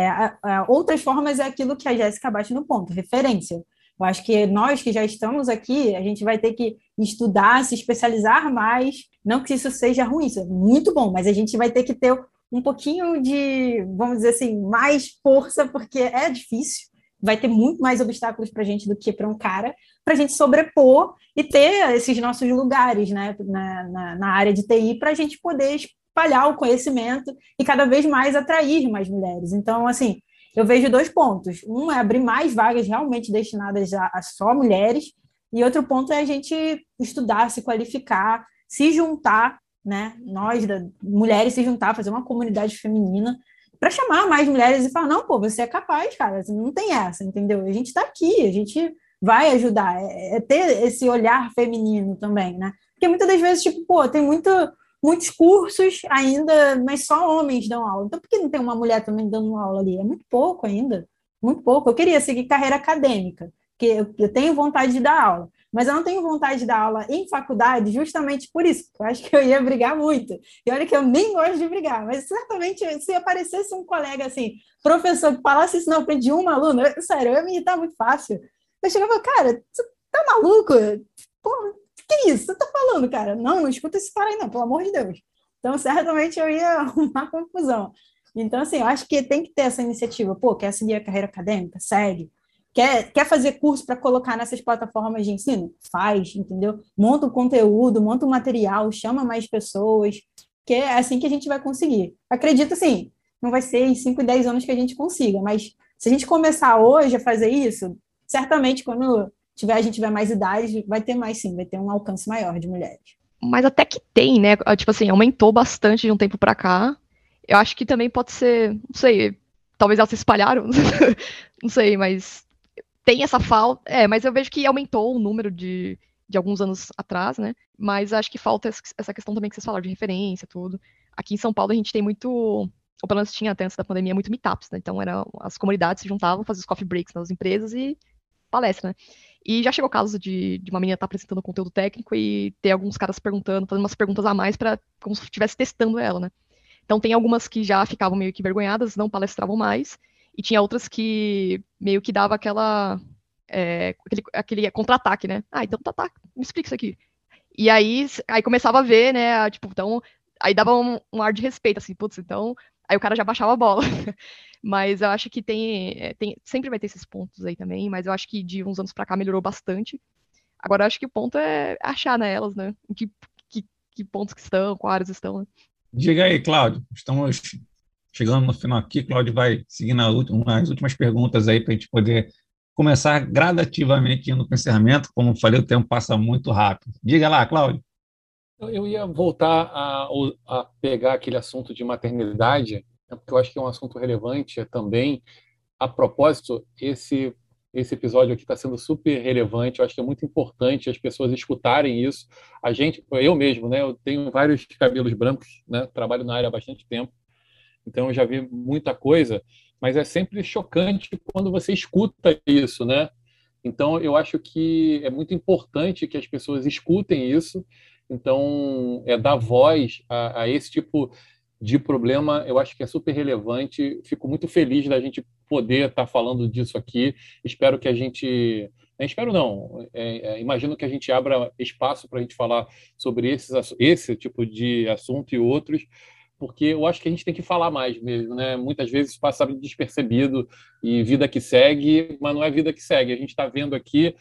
G: Outras formas é aquilo que a Jéssica bate no ponto, referência. Eu acho que nós que já estamos aqui, a gente vai ter que estudar, se especializar mais, não que isso seja ruim, isso é muito bom, mas a gente vai ter que ter um pouquinho de, vamos dizer assim, mais força, porque é difícil, vai ter muito mais obstáculos para a gente do que para um cara, para a gente sobrepor e ter esses nossos lugares, né, na área de TI, para a gente poder espalhar o conhecimento e cada vez mais atrair mais mulheres. Então, assim, eu vejo 2 pontos. Um é abrir mais vagas realmente destinadas a só mulheres, e outro ponto é a gente estudar, se qualificar, se juntar, né, nós, mulheres, se juntar, fazer uma comunidade feminina, para chamar mais mulheres e falar, não, pô, você é capaz, cara, não tem essa, entendeu? A gente está aqui, a gente vai ajudar, ter esse olhar feminino também, né? Porque muitas das vezes, tipo, pô, tem muitos cursos ainda, mas só homens dão aula. Então, por que não tem uma mulher também dando aula ali? É muito pouco ainda, muito pouco. Eu queria seguir carreira acadêmica, porque eu tenho vontade de dar aula, mas eu não tenho vontade de dar aula em faculdade justamente por isso. Eu acho que eu ia brigar muito. E olha que eu nem gosto de brigar, mas certamente se aparecesse um colega assim, professor, que falasse isso na frente de uma aluna, sério, eu ia me irritar muito fácil. Eu chegava e falava, cara, você tá maluco? Porra, que é isso? Você tá falando, cara? Não escuta esse cara aí não, pelo amor de Deus. Então, certamente eu ia arrumar confusão. Então, assim, eu acho que tem que ter essa iniciativa. Pô, quer seguir a carreira acadêmica? Segue. Quer fazer curso para colocar nessas plataformas de ensino? Faz, entendeu? Monta o conteúdo, monta o material, chama mais pessoas, que é assim que a gente vai conseguir. Acredito, assim, não vai ser em 5, 10 anos que a gente consiga, mas se a gente começar hoje a fazer isso, certamente quando a gente tiver mais idade, vai ter mais sim, vai ter um alcance maior de mulheres.
F: Mas até que tem, né? Tipo assim, aumentou bastante de um tempo para cá. Eu acho que também pode ser, não sei, talvez elas se espalharam, não sei, mas tem essa falta. Mas eu vejo que aumentou o número de alguns anos atrás, né? Mas acho que falta essa questão também que vocês falaram de referência, tudo. Aqui em São Paulo a gente tem muito, ou pelo menos tinha até antes da pandemia, muito meetups, né? Então as comunidades se juntavam, faziam os coffee breaks nas empresas e palestra, né? E já chegou o caso de uma menina estar apresentando conteúdo técnico e ter alguns caras perguntando, fazendo umas perguntas a mais como se estivesse testando ela, né? Então tem algumas que já ficavam meio que envergonhadas, não palestravam mais, e tinha outras que meio que dava aquele contra-ataque, né? Então tá, me explica isso aqui. E aí começava a ver, né? Tipo, então, aí dava um ar de respeito, assim, putz, então, aí o cara já baixava a bola. Mas eu acho que sempre vai ter esses pontos aí também, mas eu acho que de uns anos pra cá melhorou bastante. Agora eu acho que o ponto é achar nelas, né? Em que pontos que estão, quais áreas estão, né?
A: Diga aí, Cláudio. Estamos chegando no final aqui. Cláudio vai seguindo as últimas perguntas aí para a gente poder começar gradativamente indo para o encerramento. Como eu falei, o tempo passa muito rápido. Diga lá, Cláudio.
D: Eu ia voltar a pegar aquele assunto de maternidade, porque eu acho que é um assunto relevante também. A propósito, esse episódio aqui está sendo super relevante. Eu acho que é muito importante as pessoas escutarem isso. Eu mesmo, né? Eu tenho vários cabelos brancos, né? Trabalho na área há bastante tempo, então eu já vi muita coisa, mas é sempre chocante quando você escuta isso, né? Então eu acho que é muito importante que as pessoas escutem isso. Então, dar voz a esse tipo de problema, eu acho que é super relevante. Fico muito feliz da gente poder estar falando disso aqui. Espero que a gente... Espero não. Imagino que a gente abra espaço para a gente falar sobre esse tipo de assunto e outros, porque eu acho que a gente tem que falar mais mesmo, né? Muitas vezes passa despercebido e vida que segue, mas não é vida que segue. A gente está vendo aqui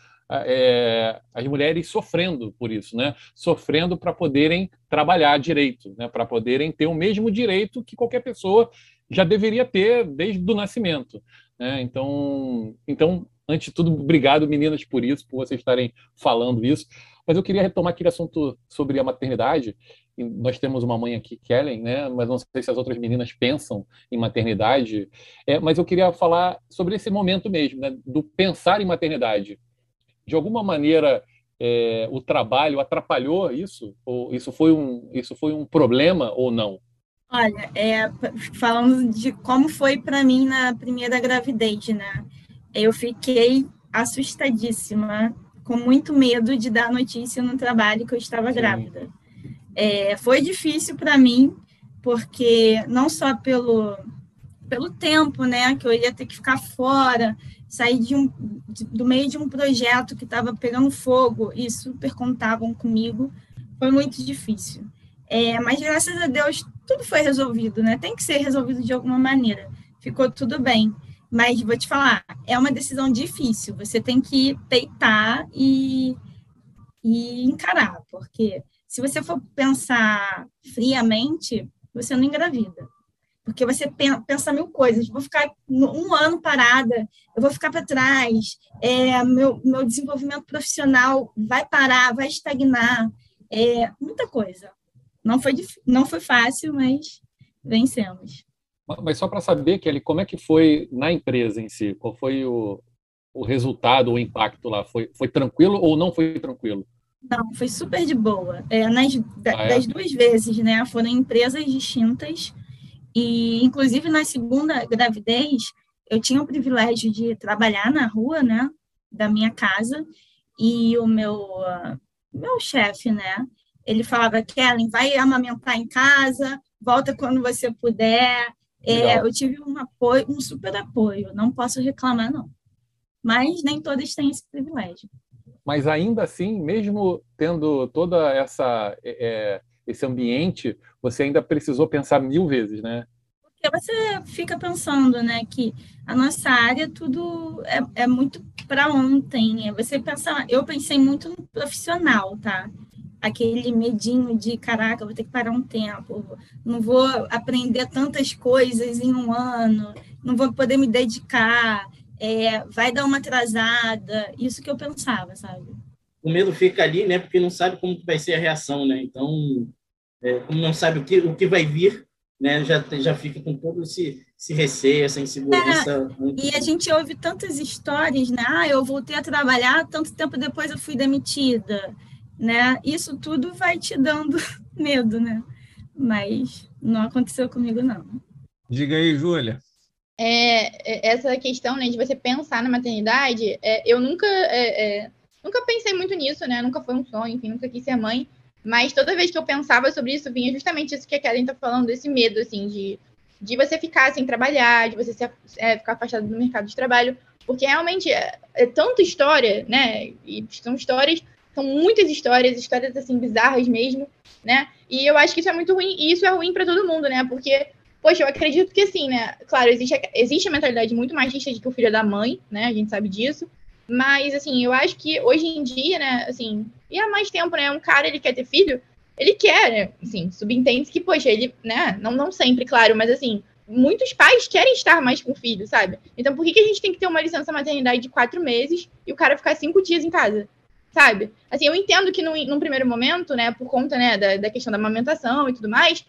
D: as mulheres sofrendo por isso, né? Sofrendo para poderem trabalhar direito, né? Para poderem ter o mesmo direito que qualquer pessoa já deveria ter desde o nascimento, né? Então, antes de tudo, obrigado, meninas, por isso, por vocês estarem falando isso. Mas eu queria retomar aquele assunto sobre a maternidade. Nós temos uma mãe aqui, Kellen, né? Mas não sei se as outras meninas pensam em maternidade. Mas eu queria falar sobre esse momento mesmo, né? Do pensar em maternidade. De alguma maneira, o trabalho atrapalhou isso? Ou isso foi um problema ou não?
H: Olha, falando de como foi para mim na primeira gravidez, né? Eu fiquei assustadíssima, com muito medo de dar notícia no trabalho que eu estava grávida. Foi difícil para mim, porque não só pelo tempo, né, que eu ia ter que ficar fora, sair do meio de um projeto que estava pegando fogo e super contavam comigo, foi muito difícil. Mas, graças a Deus, tudo foi resolvido, né? Tem que ser resolvido de alguma maneira. Ficou tudo bem. Mas, vou te falar, é uma decisão difícil. Você tem que peitar e encarar, porque se você for pensar friamente, você não engravida. Porque você pensa mil coisas. Eu vou ficar um ano parada, eu vou ficar para trás, meu desenvolvimento profissional vai parar, vai estagnar, muita coisa. Não foi fácil, mas vencemos.
D: Mas só para saber, Kelly, como é que foi na empresa em si? Qual foi o resultado, o impacto lá? Foi tranquilo ou não foi tranquilo?
H: Não, foi super de boa. Das duas vezes, né? Foram empresas distintas. E, inclusive, na segunda gravidez, eu tinha o privilégio de trabalhar na rua, né, da minha casa, e o meu chefe, né, ele falava, Kellen, vai amamentar em casa, volta quando você puder. Eu tive um super apoio, não posso reclamar, não. Mas nem todas têm esse privilégio.
D: Mas ainda assim, mesmo tendo toda esse ambiente, você ainda precisou pensar 1000 vezes, né?
H: Porque você fica pensando, né, que a nossa área tudo é muito para ontem. Eu pensei muito no profissional, tá? Aquele medinho de, caraca, vou ter que parar um tempo, não vou aprender tantas coisas em um ano, não vou poder me dedicar, vai dar uma atrasada, isso que eu pensava, sabe?
C: O medo fica ali, né, porque não sabe como vai ser a reação, né? Então, como não sabe o que vai vir, né, já fica com todo esse receio, essa insegurança.
H: E a gente ouve tantas histórias, né? Eu voltei a trabalhar, tanto tempo depois eu fui demitida, né? Isso tudo vai te dando medo, né? Mas não aconteceu comigo, não.
A: Diga aí, Júlia.
E: Essa questão, né, de você pensar na maternidade, eu nunca pensei muito nisso, né? Nunca foi um sonho, enfim, nunca quis ser mãe. Mas toda vez que eu pensava sobre isso, vinha justamente isso que a Karen tá falando, desse medo, assim, de você ficar sem trabalhar, de você ficar afastado do mercado de trabalho, porque realmente é tanta história, né? E são muitas histórias, assim, bizarras mesmo, né? E eu acho que isso é muito ruim, e isso é ruim para todo mundo, né? Porque, poxa, eu acredito que, assim, né? Claro, existe a mentalidade muito machista de que o filho é da mãe, né? A gente sabe disso. Mas, assim, eu acho que hoje em dia, né, assim, e há mais tempo, né, um cara, ele quer ter filho, ele quer, né, assim, subentende que, poxa, ele, né, não sempre, claro, mas, assim, muitos pais querem estar mais com o filho, sabe? Então, por que a gente tem que ter uma licença maternidade de 4 meses e o cara ficar 5 dias em casa, sabe? Assim, eu entendo que num primeiro momento, né, por conta, né, da questão da amamentação e tudo mais,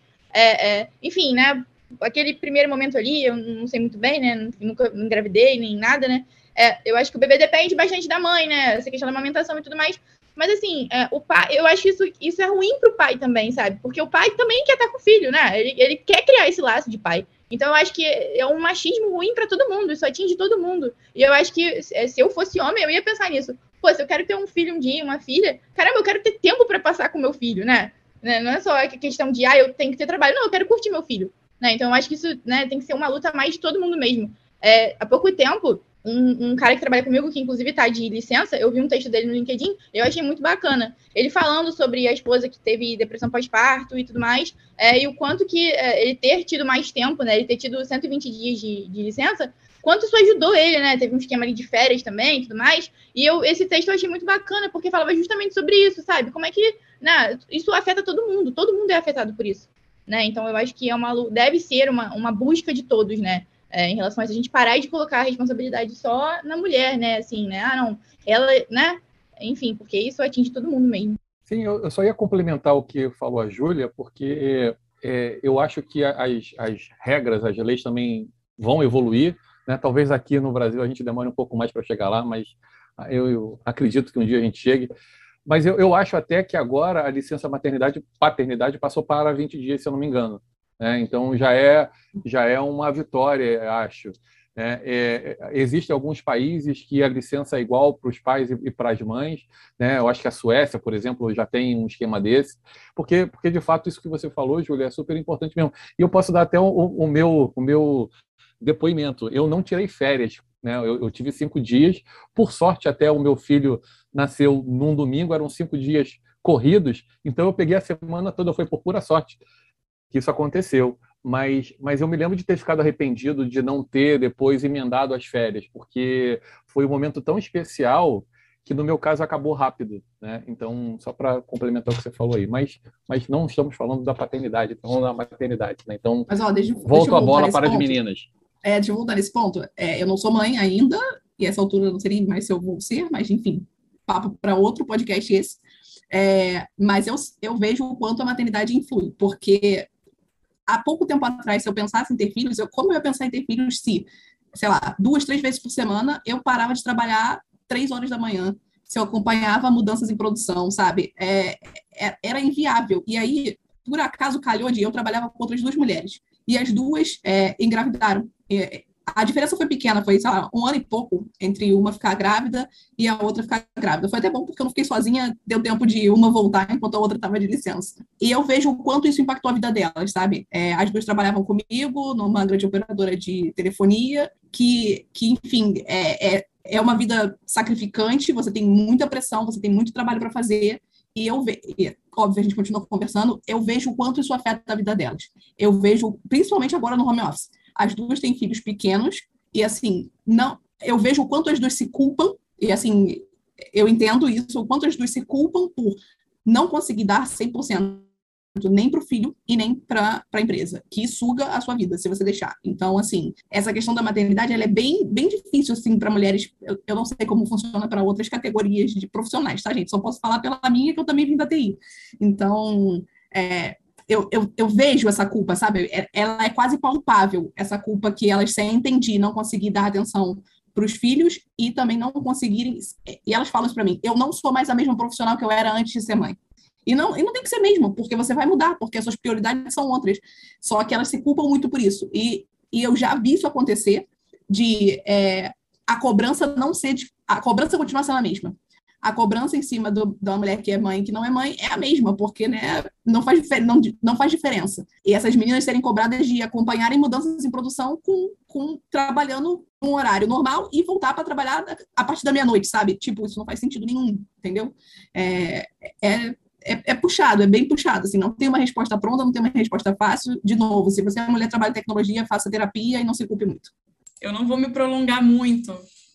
E: enfim, né, aquele primeiro momento ali, eu não sei muito bem, né, nunca engravidei nem nada, né, eu acho que o bebê depende bastante da mãe, né? Essa questão da amamentação e tudo mais. Mas, assim, o pai, eu acho que isso é ruim pro pai também, sabe? Porque o pai também quer estar com o filho, né? Ele quer criar esse laço de pai. Então, eu acho que é um machismo ruim para todo mundo. Isso atinge todo mundo. E eu acho que se eu fosse homem, eu ia pensar nisso. Pô, se eu quero ter um filho um dia, uma filha, caramba, eu quero ter tempo para passar com meu filho, né? Não é só a questão de, eu tenho que ter trabalho. Não, eu quero curtir meu filho. Né? Então, eu acho que isso, né, tem que ser uma luta mais de todo mundo mesmo. Há pouco tempo, um cara que trabalha comigo, que inclusive tá de licença, eu vi um texto dele no LinkedIn, eu achei muito bacana. Ele falando sobre a esposa que teve depressão pós-parto e tudo mais, e o quanto que ele ter tido mais tempo, né, ele ter tido 120 dias de licença, quanto isso ajudou ele, né, teve um esquema ali de férias também e tudo mais, e esse texto eu achei muito bacana, porque falava justamente sobre isso, sabe, como é que, né, isso afeta todo mundo é afetado por isso, né, então eu acho que deve ser uma busca de todos, né, em relação a isso, a gente parar de colocar a responsabilidade só na mulher, né? Assim, né? Não, ela, né? Enfim, porque isso atinge todo mundo mesmo.
D: Sim, eu só ia complementar o que falou a Júlia, porque eu acho que as regras, as leis também vão evoluir, né? Talvez aqui no Brasil a gente demore um pouco mais para chegar lá, mas eu acredito que um dia a gente chegue. Mas eu acho até que agora a licença paternidade passou para 20 dias, se eu não me engano. Então, já é uma vitória, acho. Existem alguns países que a licença é igual para os pais e para as mães. Eu acho que a Suécia, por exemplo, já tem um esquema desse. Porque de fato, isso que você falou, Júlia, é super importante mesmo. E eu posso dar até o meu depoimento. Eu não tirei férias. Eu tive 5 dias. Por sorte, até o meu filho nasceu num domingo, eram 5 dias corridos. Então, eu peguei a semana toda, foi por pura sorte que isso aconteceu, mas eu me lembro de ter ficado arrependido de não ter depois emendado as férias, porque foi um momento tão especial que no meu caso acabou rápido, né? Então, só para complementar o que você falou aí, mas não estamos falando da paternidade, estamos da maternidade, né? Então, volto a bola para as meninas.
I: Deixa eu voltar nesse ponto. Eu não sou mãe ainda, e essa altura eu não sei nem mais se eu vou ser, mas enfim, papo para outro podcast esse. Mas eu vejo o quanto a maternidade influi, porque há pouco tempo atrás, se eu pensasse em ter filhos, como eu ia pensar em ter filhos se, sei lá, 2, 3 vezes por semana eu parava de trabalhar 3 horas da manhã, se eu acompanhava mudanças em produção, sabe? Era inviável. E aí, por acaso, calhou de eu trabalhava com outras 2 mulheres. E as 2 engravidaram. A diferença foi pequena, foi, sei lá, 1 ano e pouco entre uma ficar grávida e a outra ficar grávida. Foi até bom porque eu não fiquei sozinha, deu tempo de uma voltar enquanto a outra estava de licença. E eu vejo o quanto isso impactou a vida delas, sabe? As 2 trabalhavam comigo numa grande operadora de telefonia, que enfim, é uma vida sacrificante, você tem muita pressão, você tem muito trabalho para fazer. E óbvio, a gente continua conversando, eu vejo o quanto isso afeta a vida delas. Eu vejo, principalmente agora no home office, as 2 têm filhos pequenos, e assim, eu vejo o quanto as 2 se culpam, e assim, eu entendo isso, o quanto as 2 se culpam por não conseguir dar 100% nem para o filho e nem para a empresa, que suga a sua vida, se você deixar. Então, assim, essa questão da maternidade, ela é bem, bem difícil, assim, para mulheres. Eu não sei como funciona para outras categorias de profissionais, tá, gente? Só posso falar pela minha, que eu também vim da TI. Então, eu vejo essa culpa, sabe? Ela é quase palpável, essa culpa que elas sentem de não conseguir dar atenção para os filhos e também não conseguirem. E elas falam isso para mim: eu não sou mais a mesma profissional que eu era antes de ser mãe. E não tem que ser mesmo, porque você vai mudar, porque as suas prioridades são outras. Só que elas se culpam muito por isso. E eu já vi isso acontecer, de a cobrança não ser. A cobrança continuar sendo a mesma. A cobrança em cima da mulher que é mãe e que não é mãe é a mesma, porque, né, não faz diferença. E essas meninas serem cobradas de acompanharem mudanças em produção trabalhando num horário normal e voltar para trabalhar a partir da meia-noite, sabe? Tipo, isso não faz sentido nenhum, entendeu? É puxado, é bem puxado, assim, não tem uma resposta pronta, não tem uma resposta fácil. De novo, se você é mulher, trabalha em tecnologia, faça terapia e não se culpe muito.
B: Eu não vou me prolongar muito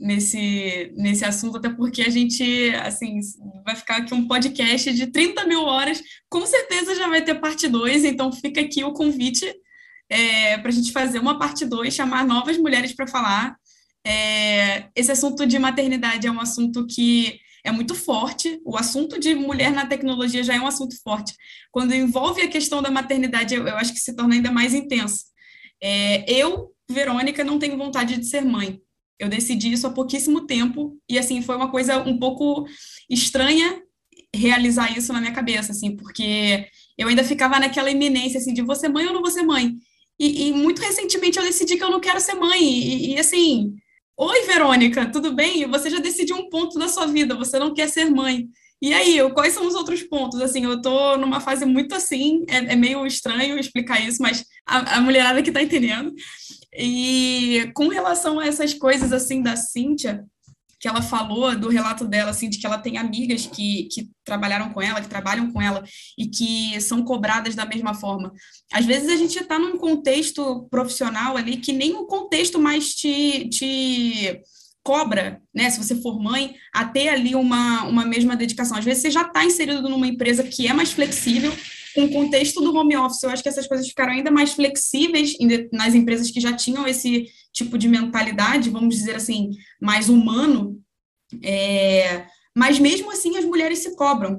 B: nesse assunto, até porque a gente, assim, vai ficar aqui um podcast de 30 mil horas, com certeza já vai ter parte 2, então fica aqui o convite para a gente fazer uma parte 2, chamar novas mulheres para falar. Esse assunto de maternidade é um assunto que é muito forte, o assunto de mulher na tecnologia já é um assunto forte. Quando envolve a questão da maternidade, eu acho que se torna ainda mais intenso. Verônica, não tenho vontade de ser mãe. Eu decidi isso há pouquíssimo tempo e, assim, foi uma coisa um pouco estranha realizar isso na minha cabeça, assim, porque eu ainda ficava naquela iminência, assim, de vou ser mãe ou não vou ser mãe. E muito recentemente eu decidi que eu não quero ser mãe. E assim, oi, Verônica, tudo bem? Você já decidiu um ponto da sua vida, você não quer ser mãe. E aí, quais são os outros pontos? Assim, eu tô numa fase muito assim, é meio estranho explicar isso, mas a mulherada que tá entendendo. E com relação a essas coisas, assim, da Cíntia, que ela falou do relato dela, assim, de que ela tem amigas que trabalharam com ela, que trabalham com ela, e que são cobradas da mesma forma. Às vezes a gente está num contexto profissional ali que nem o contexto mais te cobra, né, se você for mãe, a ter ali uma mesma dedicação. Às vezes você já está inserido numa empresa que é mais flexível, com o contexto do home office. Eu acho que essas coisas ficaram ainda mais flexíveis nas empresas que já tinham esse tipo de mentalidade, vamos dizer assim, mais humano, mas mesmo assim as mulheres se cobram.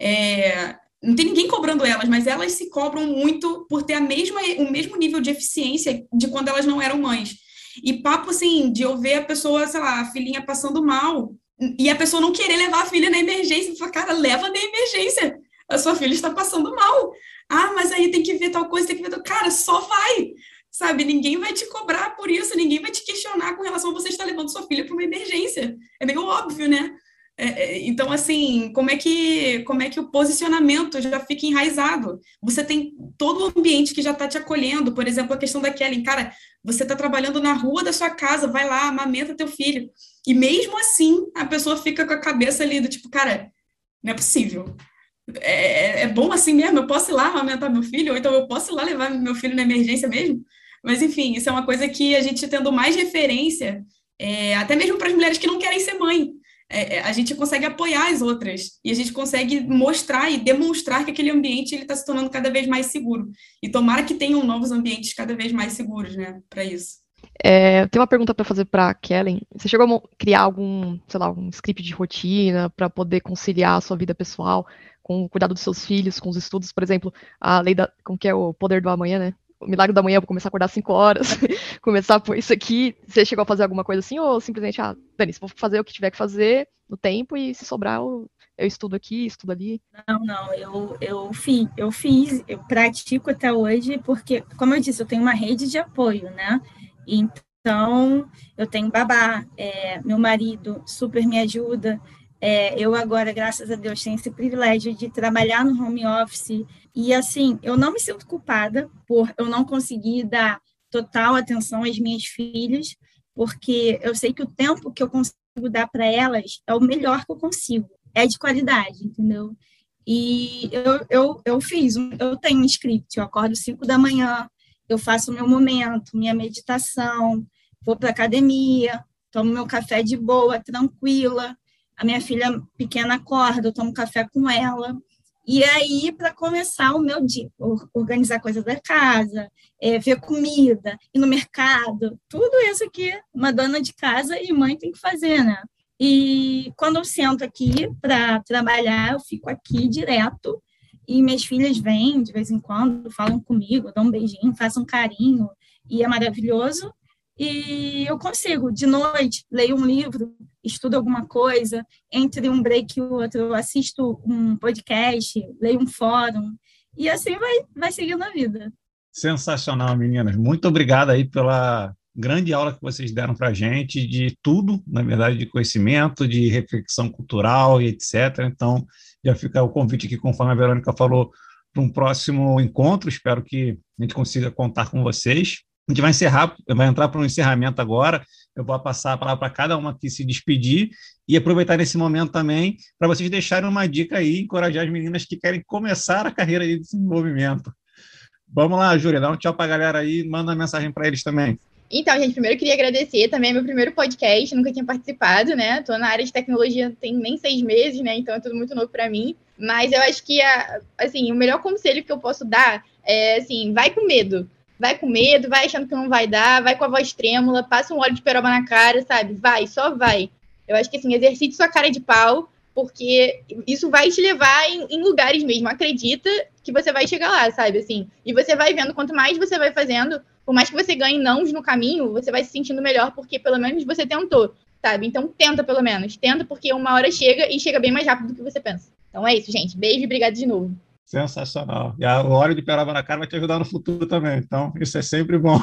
B: Não tem ninguém cobrando elas, mas elas se cobram muito por ter o mesmo nível de eficiência de quando elas não eram mães. E papo, assim, de eu ver a pessoa, sei lá, a filhinha passando mal, e a pessoa não querer levar a filha na emergência. Eu falo, cara, leva na emergência. A sua filha está passando mal. Ah, mas aí tem que ver tal coisa, tem que ver tal... Cara, só vai, sabe? Ninguém vai te cobrar por isso, ninguém vai te questionar com relação a você estar levando sua filha para uma emergência. É meio óbvio, né? Então, assim, como é que o posicionamento já fica enraizado? Você tem todo o ambiente que já está te acolhendo. Por exemplo, a questão da Kelly. Cara, você está trabalhando na rua da sua casa, vai lá, amamenta teu filho. E mesmo assim, a pessoa fica com a cabeça ali do tipo, cara, não é possível. É bom assim mesmo? Eu posso ir lá amamentar meu filho? Ou então eu posso ir lá levar meu filho na emergência mesmo? Mas, enfim, isso é uma coisa que a gente tendo mais referência, até mesmo para as mulheres que não querem ser mãe, a gente consegue apoiar as outras e a gente consegue mostrar e demonstrar que aquele ambiente está se tornando cada vez mais seguro. E tomara que tenham novos ambientes cada vez mais seguros, né, para isso.
F: Tem uma pergunta para fazer para a Kellen. Você chegou a criar algum, sei lá, um script de rotina para poder conciliar a sua vida pessoal com o cuidado dos seus filhos, com os estudos, por exemplo, a lei como que é o poder do amanhã, né? O milagre da manhã, eu vou começar a acordar às 5 horas, começar por isso aqui. Você chegou a fazer alguma coisa assim, ou simplesmente, Dani, vou fazer o que tiver que fazer no tempo e se sobrar, eu estudo aqui, estudo ali?
H: Não, eu fiz, eu pratico até hoje, porque, como eu disse, eu tenho uma rede de apoio, né? Então, eu tenho babá, meu marido super me ajuda. Eu agora, graças a Deus, tenho esse privilégio de trabalhar no home office. E, assim, eu não me sinto culpada por eu não conseguir dar total atenção às minhas filhas, porque eu sei que o tempo que eu consigo dar para elas é o melhor que eu consigo. É de qualidade, entendeu? E eu tenho um script, eu acordo 5 da manhã, eu faço o meu momento, minha meditação, vou para a academia, tomo meu café de boa, tranquila. A minha filha pequena acorda, eu tomo café com ela. E aí, para começar o meu dia, organizar coisas da casa, ver comida, ir no mercado, tudo isso que uma dona de casa e mãe tem que fazer, né? E quando eu sento aqui para trabalhar, eu fico aqui direto. E minhas filhas vêm de vez em quando, falam comigo, dão um beijinho, façam um carinho, e é maravilhoso. E eu consigo, de noite, leio um livro, estudo alguma coisa, entre um break e o outro, eu assisto um podcast, leio um fórum, e assim vai seguindo a vida.
A: Sensacional, meninas. Muito obrigado aí pela grande aula que vocês deram para a gente, de tudo, na verdade, de conhecimento, de reflexão cultural e etc. Então, já fica o convite aqui, conforme a Verônica falou, para um próximo encontro. Espero que a gente consiga contar com vocês. A gente vai entrar para um encerramento agora. Eu vou passar a palavra para cada uma aqui se despedir e aproveitar nesse momento também para vocês deixarem uma dica aí, encorajar as meninas que querem começar a carreira de desenvolvimento. Vamos lá, Júlia, dá um tchau para a galera aí, manda uma mensagem para eles também.
E: Então, gente, primeiro eu queria agradecer, também é meu primeiro podcast, nunca tinha participado, né? Tô na área de tecnologia tem nem 6 meses, né? Então é tudo muito novo para mim. Mas eu acho que, assim, o melhor conselho que eu posso dar é, assim, vai com medo. Vai com medo, vai achando que não vai dar, vai com a voz trêmula, passa um óleo de peroba na cara, sabe? Vai, só vai. Eu acho que, assim, exercite sua cara de pau, porque isso vai te levar em lugares mesmo. Acredita que você vai chegar lá, sabe? Assim, e você vai vendo, quanto mais você vai fazendo, por mais que você ganhe nãos no caminho, você vai se sentindo melhor, porque pelo menos você tentou, sabe? Então tenta pelo menos. Tenta, porque uma hora chega e chega bem mais rápido do que você pensa. Então é isso, gente. Beijo e obrigado de novo.
A: Sensacional. E o óleo de peroba na cara vai te ajudar no futuro também. Então, isso é sempre bom.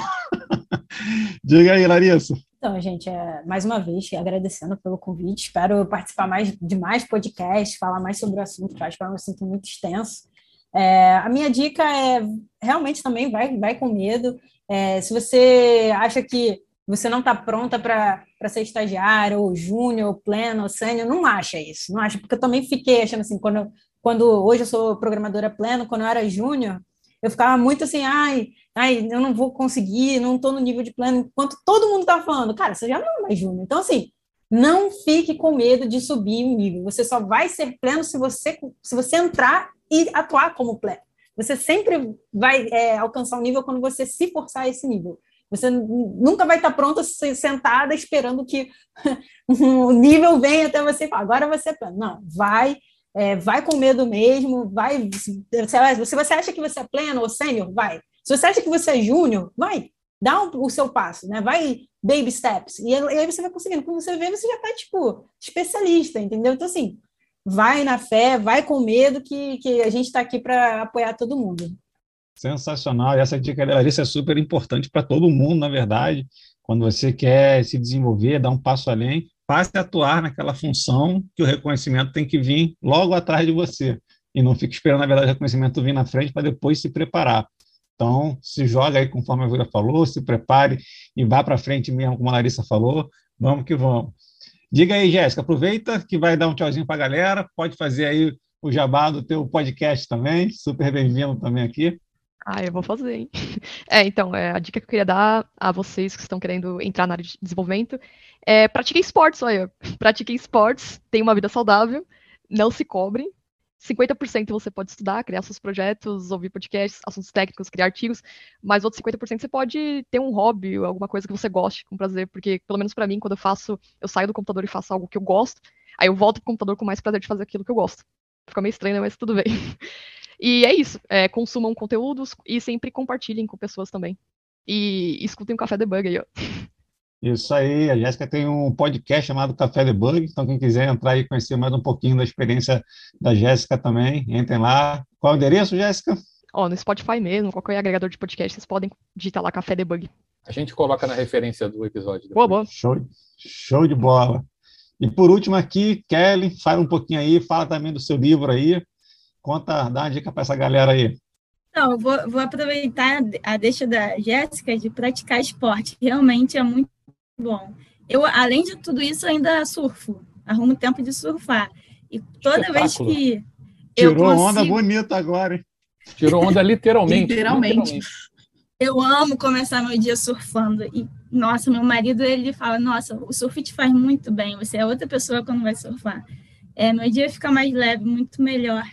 A: Diga aí, Larissa.
G: Então, gente, mais uma vez, agradecendo pelo convite. Espero participar de mais podcasts, falar mais sobre o assunto, que eu acho que é um assunto muito extenso. A minha dica é, realmente também vai com medo. Se você acha que você não está pronta para ser estagiária, ou júnior, ou pleno, ou sênior, não acha isso. Não acha, porque eu também fiquei achando assim, quando hoje eu sou programadora pleno, quando eu era júnior, eu ficava muito assim, ai, eu não vou conseguir, não estou no nível de pleno, enquanto todo mundo está falando, cara, você já não é mais júnior. Então, assim, não fique com medo de subir o nível. Você só vai ser pleno se você entrar e atuar como pleno. Você sempre vai alcançar um nível quando você se forçar a esse nível. Você nunca vai estar pronta, sentada, esperando que o nível venha até você e fala, agora você é pleno. Não, vai com medo mesmo, vai. Se você acha que você é pleno ou sênior, vai. Se você acha que você é júnior, vai. Dá o seu passo, né? Vai baby steps. E aí você vai conseguindo. Quando você vê, você já está, tipo, especialista, entendeu? Então, assim, vai na fé, vai com medo, que a gente está aqui para apoiar todo mundo.
A: Sensacional. E essa dica da Larissa é super importante para todo mundo, na verdade. Quando você quer se desenvolver, dar um passo além, passe a atuar naquela função que o reconhecimento tem que vir logo atrás de você. E não fique esperando, na verdade, o reconhecimento vir na frente para depois se preparar. Então, se joga aí, conforme a Júlia falou, se prepare e vá para frente mesmo, como a Larissa falou. Vamos que vamos. Diga aí, Jéssica, aproveita que vai dar um tchauzinho para a galera. Pode fazer aí o jabá do teu podcast também. Super bem-vindo também aqui.
F: Eu vou fazer, hein? Então, a dica que eu queria dar a vocês que estão querendo entrar na área de desenvolvimento é pratiquem esportes, olha. Pratiquem esportes, tenham uma vida saudável, não se cobrem. 50% você pode estudar, criar seus projetos, ouvir podcasts, assuntos técnicos, criar artigos, mas outros 50% você pode ter um hobby, alguma coisa que você goste com prazer, porque, pelo menos para mim, quando eu saio do computador e faço algo que eu gosto, aí eu volto pro computador com mais prazer de fazer aquilo que eu gosto. Fica meio estranho, né? Mas tudo bem. E é isso, consumam conteúdos e sempre compartilhem com pessoas também. E escutem o Café Debug aí, ó.
A: Isso aí, a Jéssica tem um podcast chamado Café Debug, então quem quiser entrar e conhecer mais um pouquinho da experiência da Jéssica também, entrem lá. Qual é o endereço, Jéssica?
F: No Spotify mesmo, qualquer agregador de podcast, vocês podem digitar lá Café Debug.
D: A gente coloca na referência do episódio.
F: Boa.
A: Show de bola. E por último aqui, Kelly, fala um pouquinho aí, fala também do seu livro aí, dá uma dica para essa galera aí.
H: Então, eu vou aproveitar a deixa da Jéssica de praticar esporte, realmente é muito bom. Eu, além de tudo isso, ainda surfo, arrumo tempo de surfar. E toda vez que eu
A: Tirou onda bonita agora, hein?
D: Tirou onda literalmente.
H: Eu amo começar meu dia surfando. E, nossa, meu marido, ele fala, nossa, o surf te faz muito bem, você é outra pessoa quando vai surfar. Meu dia fica mais leve, muito melhor.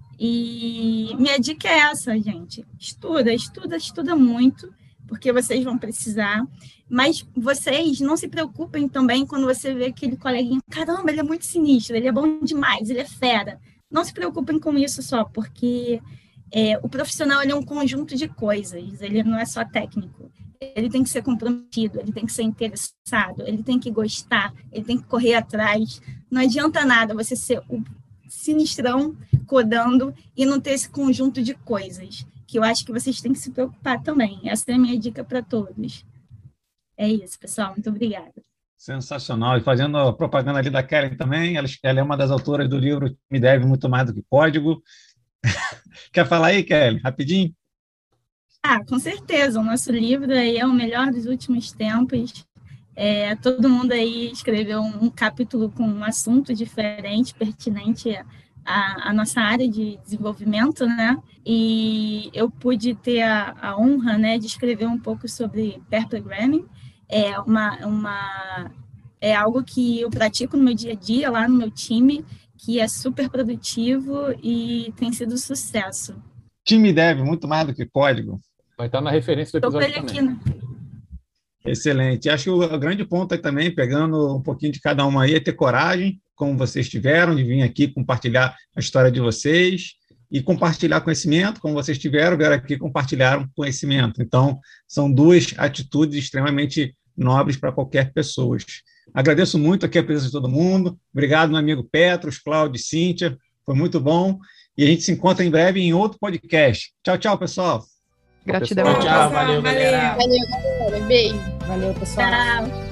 H: E minha dica é essa, gente. Estuda muito, porque vocês vão precisar. Mas vocês não se preocupem também quando você vê aquele coleguinha, caramba, ele é muito sinistro, ele é bom demais, ele é fera. não se preocupem com isso só, porque o profissional ele é um conjunto de coisas, ele não é só técnico. Ele tem que ser comprometido, ele tem que ser interessado, ele tem que gostar, ele tem que correr atrás. Não adianta nada você ser o sinistrão codando e não ter esse conjunto de coisas, que eu acho que vocês têm que se preocupar também. Essa é a minha dica para todos. É isso, pessoal. Muito obrigada.
A: Sensacional. E fazendo a propaganda ali da Kellen também, ela é uma das autoras do livro Me Deve Muito Mais do que Código. Quer falar aí, Kellen? Rapidinho?
H: Com certeza. O nosso livro aí é o melhor dos últimos tempos. Todo mundo aí escreveu um capítulo com um assunto diferente, pertinente à nossa área de desenvolvimento, né? E eu pude ter a honra, né, de escrever um pouco sobre pair programming. É algo que eu pratico no meu dia a dia, lá no meu time, que é super produtivo e tem sido sucesso.
A: Time deve muito mais do que código.
D: Vai estar na referência do episódio também.
H: Aqui, né?
A: Excelente. Acho que o grande ponto aí também, pegando um pouquinho de cada uma aí, é ter coragem, como vocês tiveram, de vir aqui compartilhar a história de vocês e compartilhar conhecimento, como vocês vieram aqui compartilharam conhecimento. Então, são duas atitudes extremamente nobres para qualquer pessoa. Agradeço muito aqui a presença de todo mundo. Obrigado, meu amigo Petros, Cláudio, Cíntia. Foi muito bom. E a gente se encontra em breve em outro podcast. Tchau, tchau, pessoal.
F: Gratidão.
C: Tchau, valeu, galera.
E: Valeu, galera. Beijo.
G: Valeu, pessoal.
H: Tchau.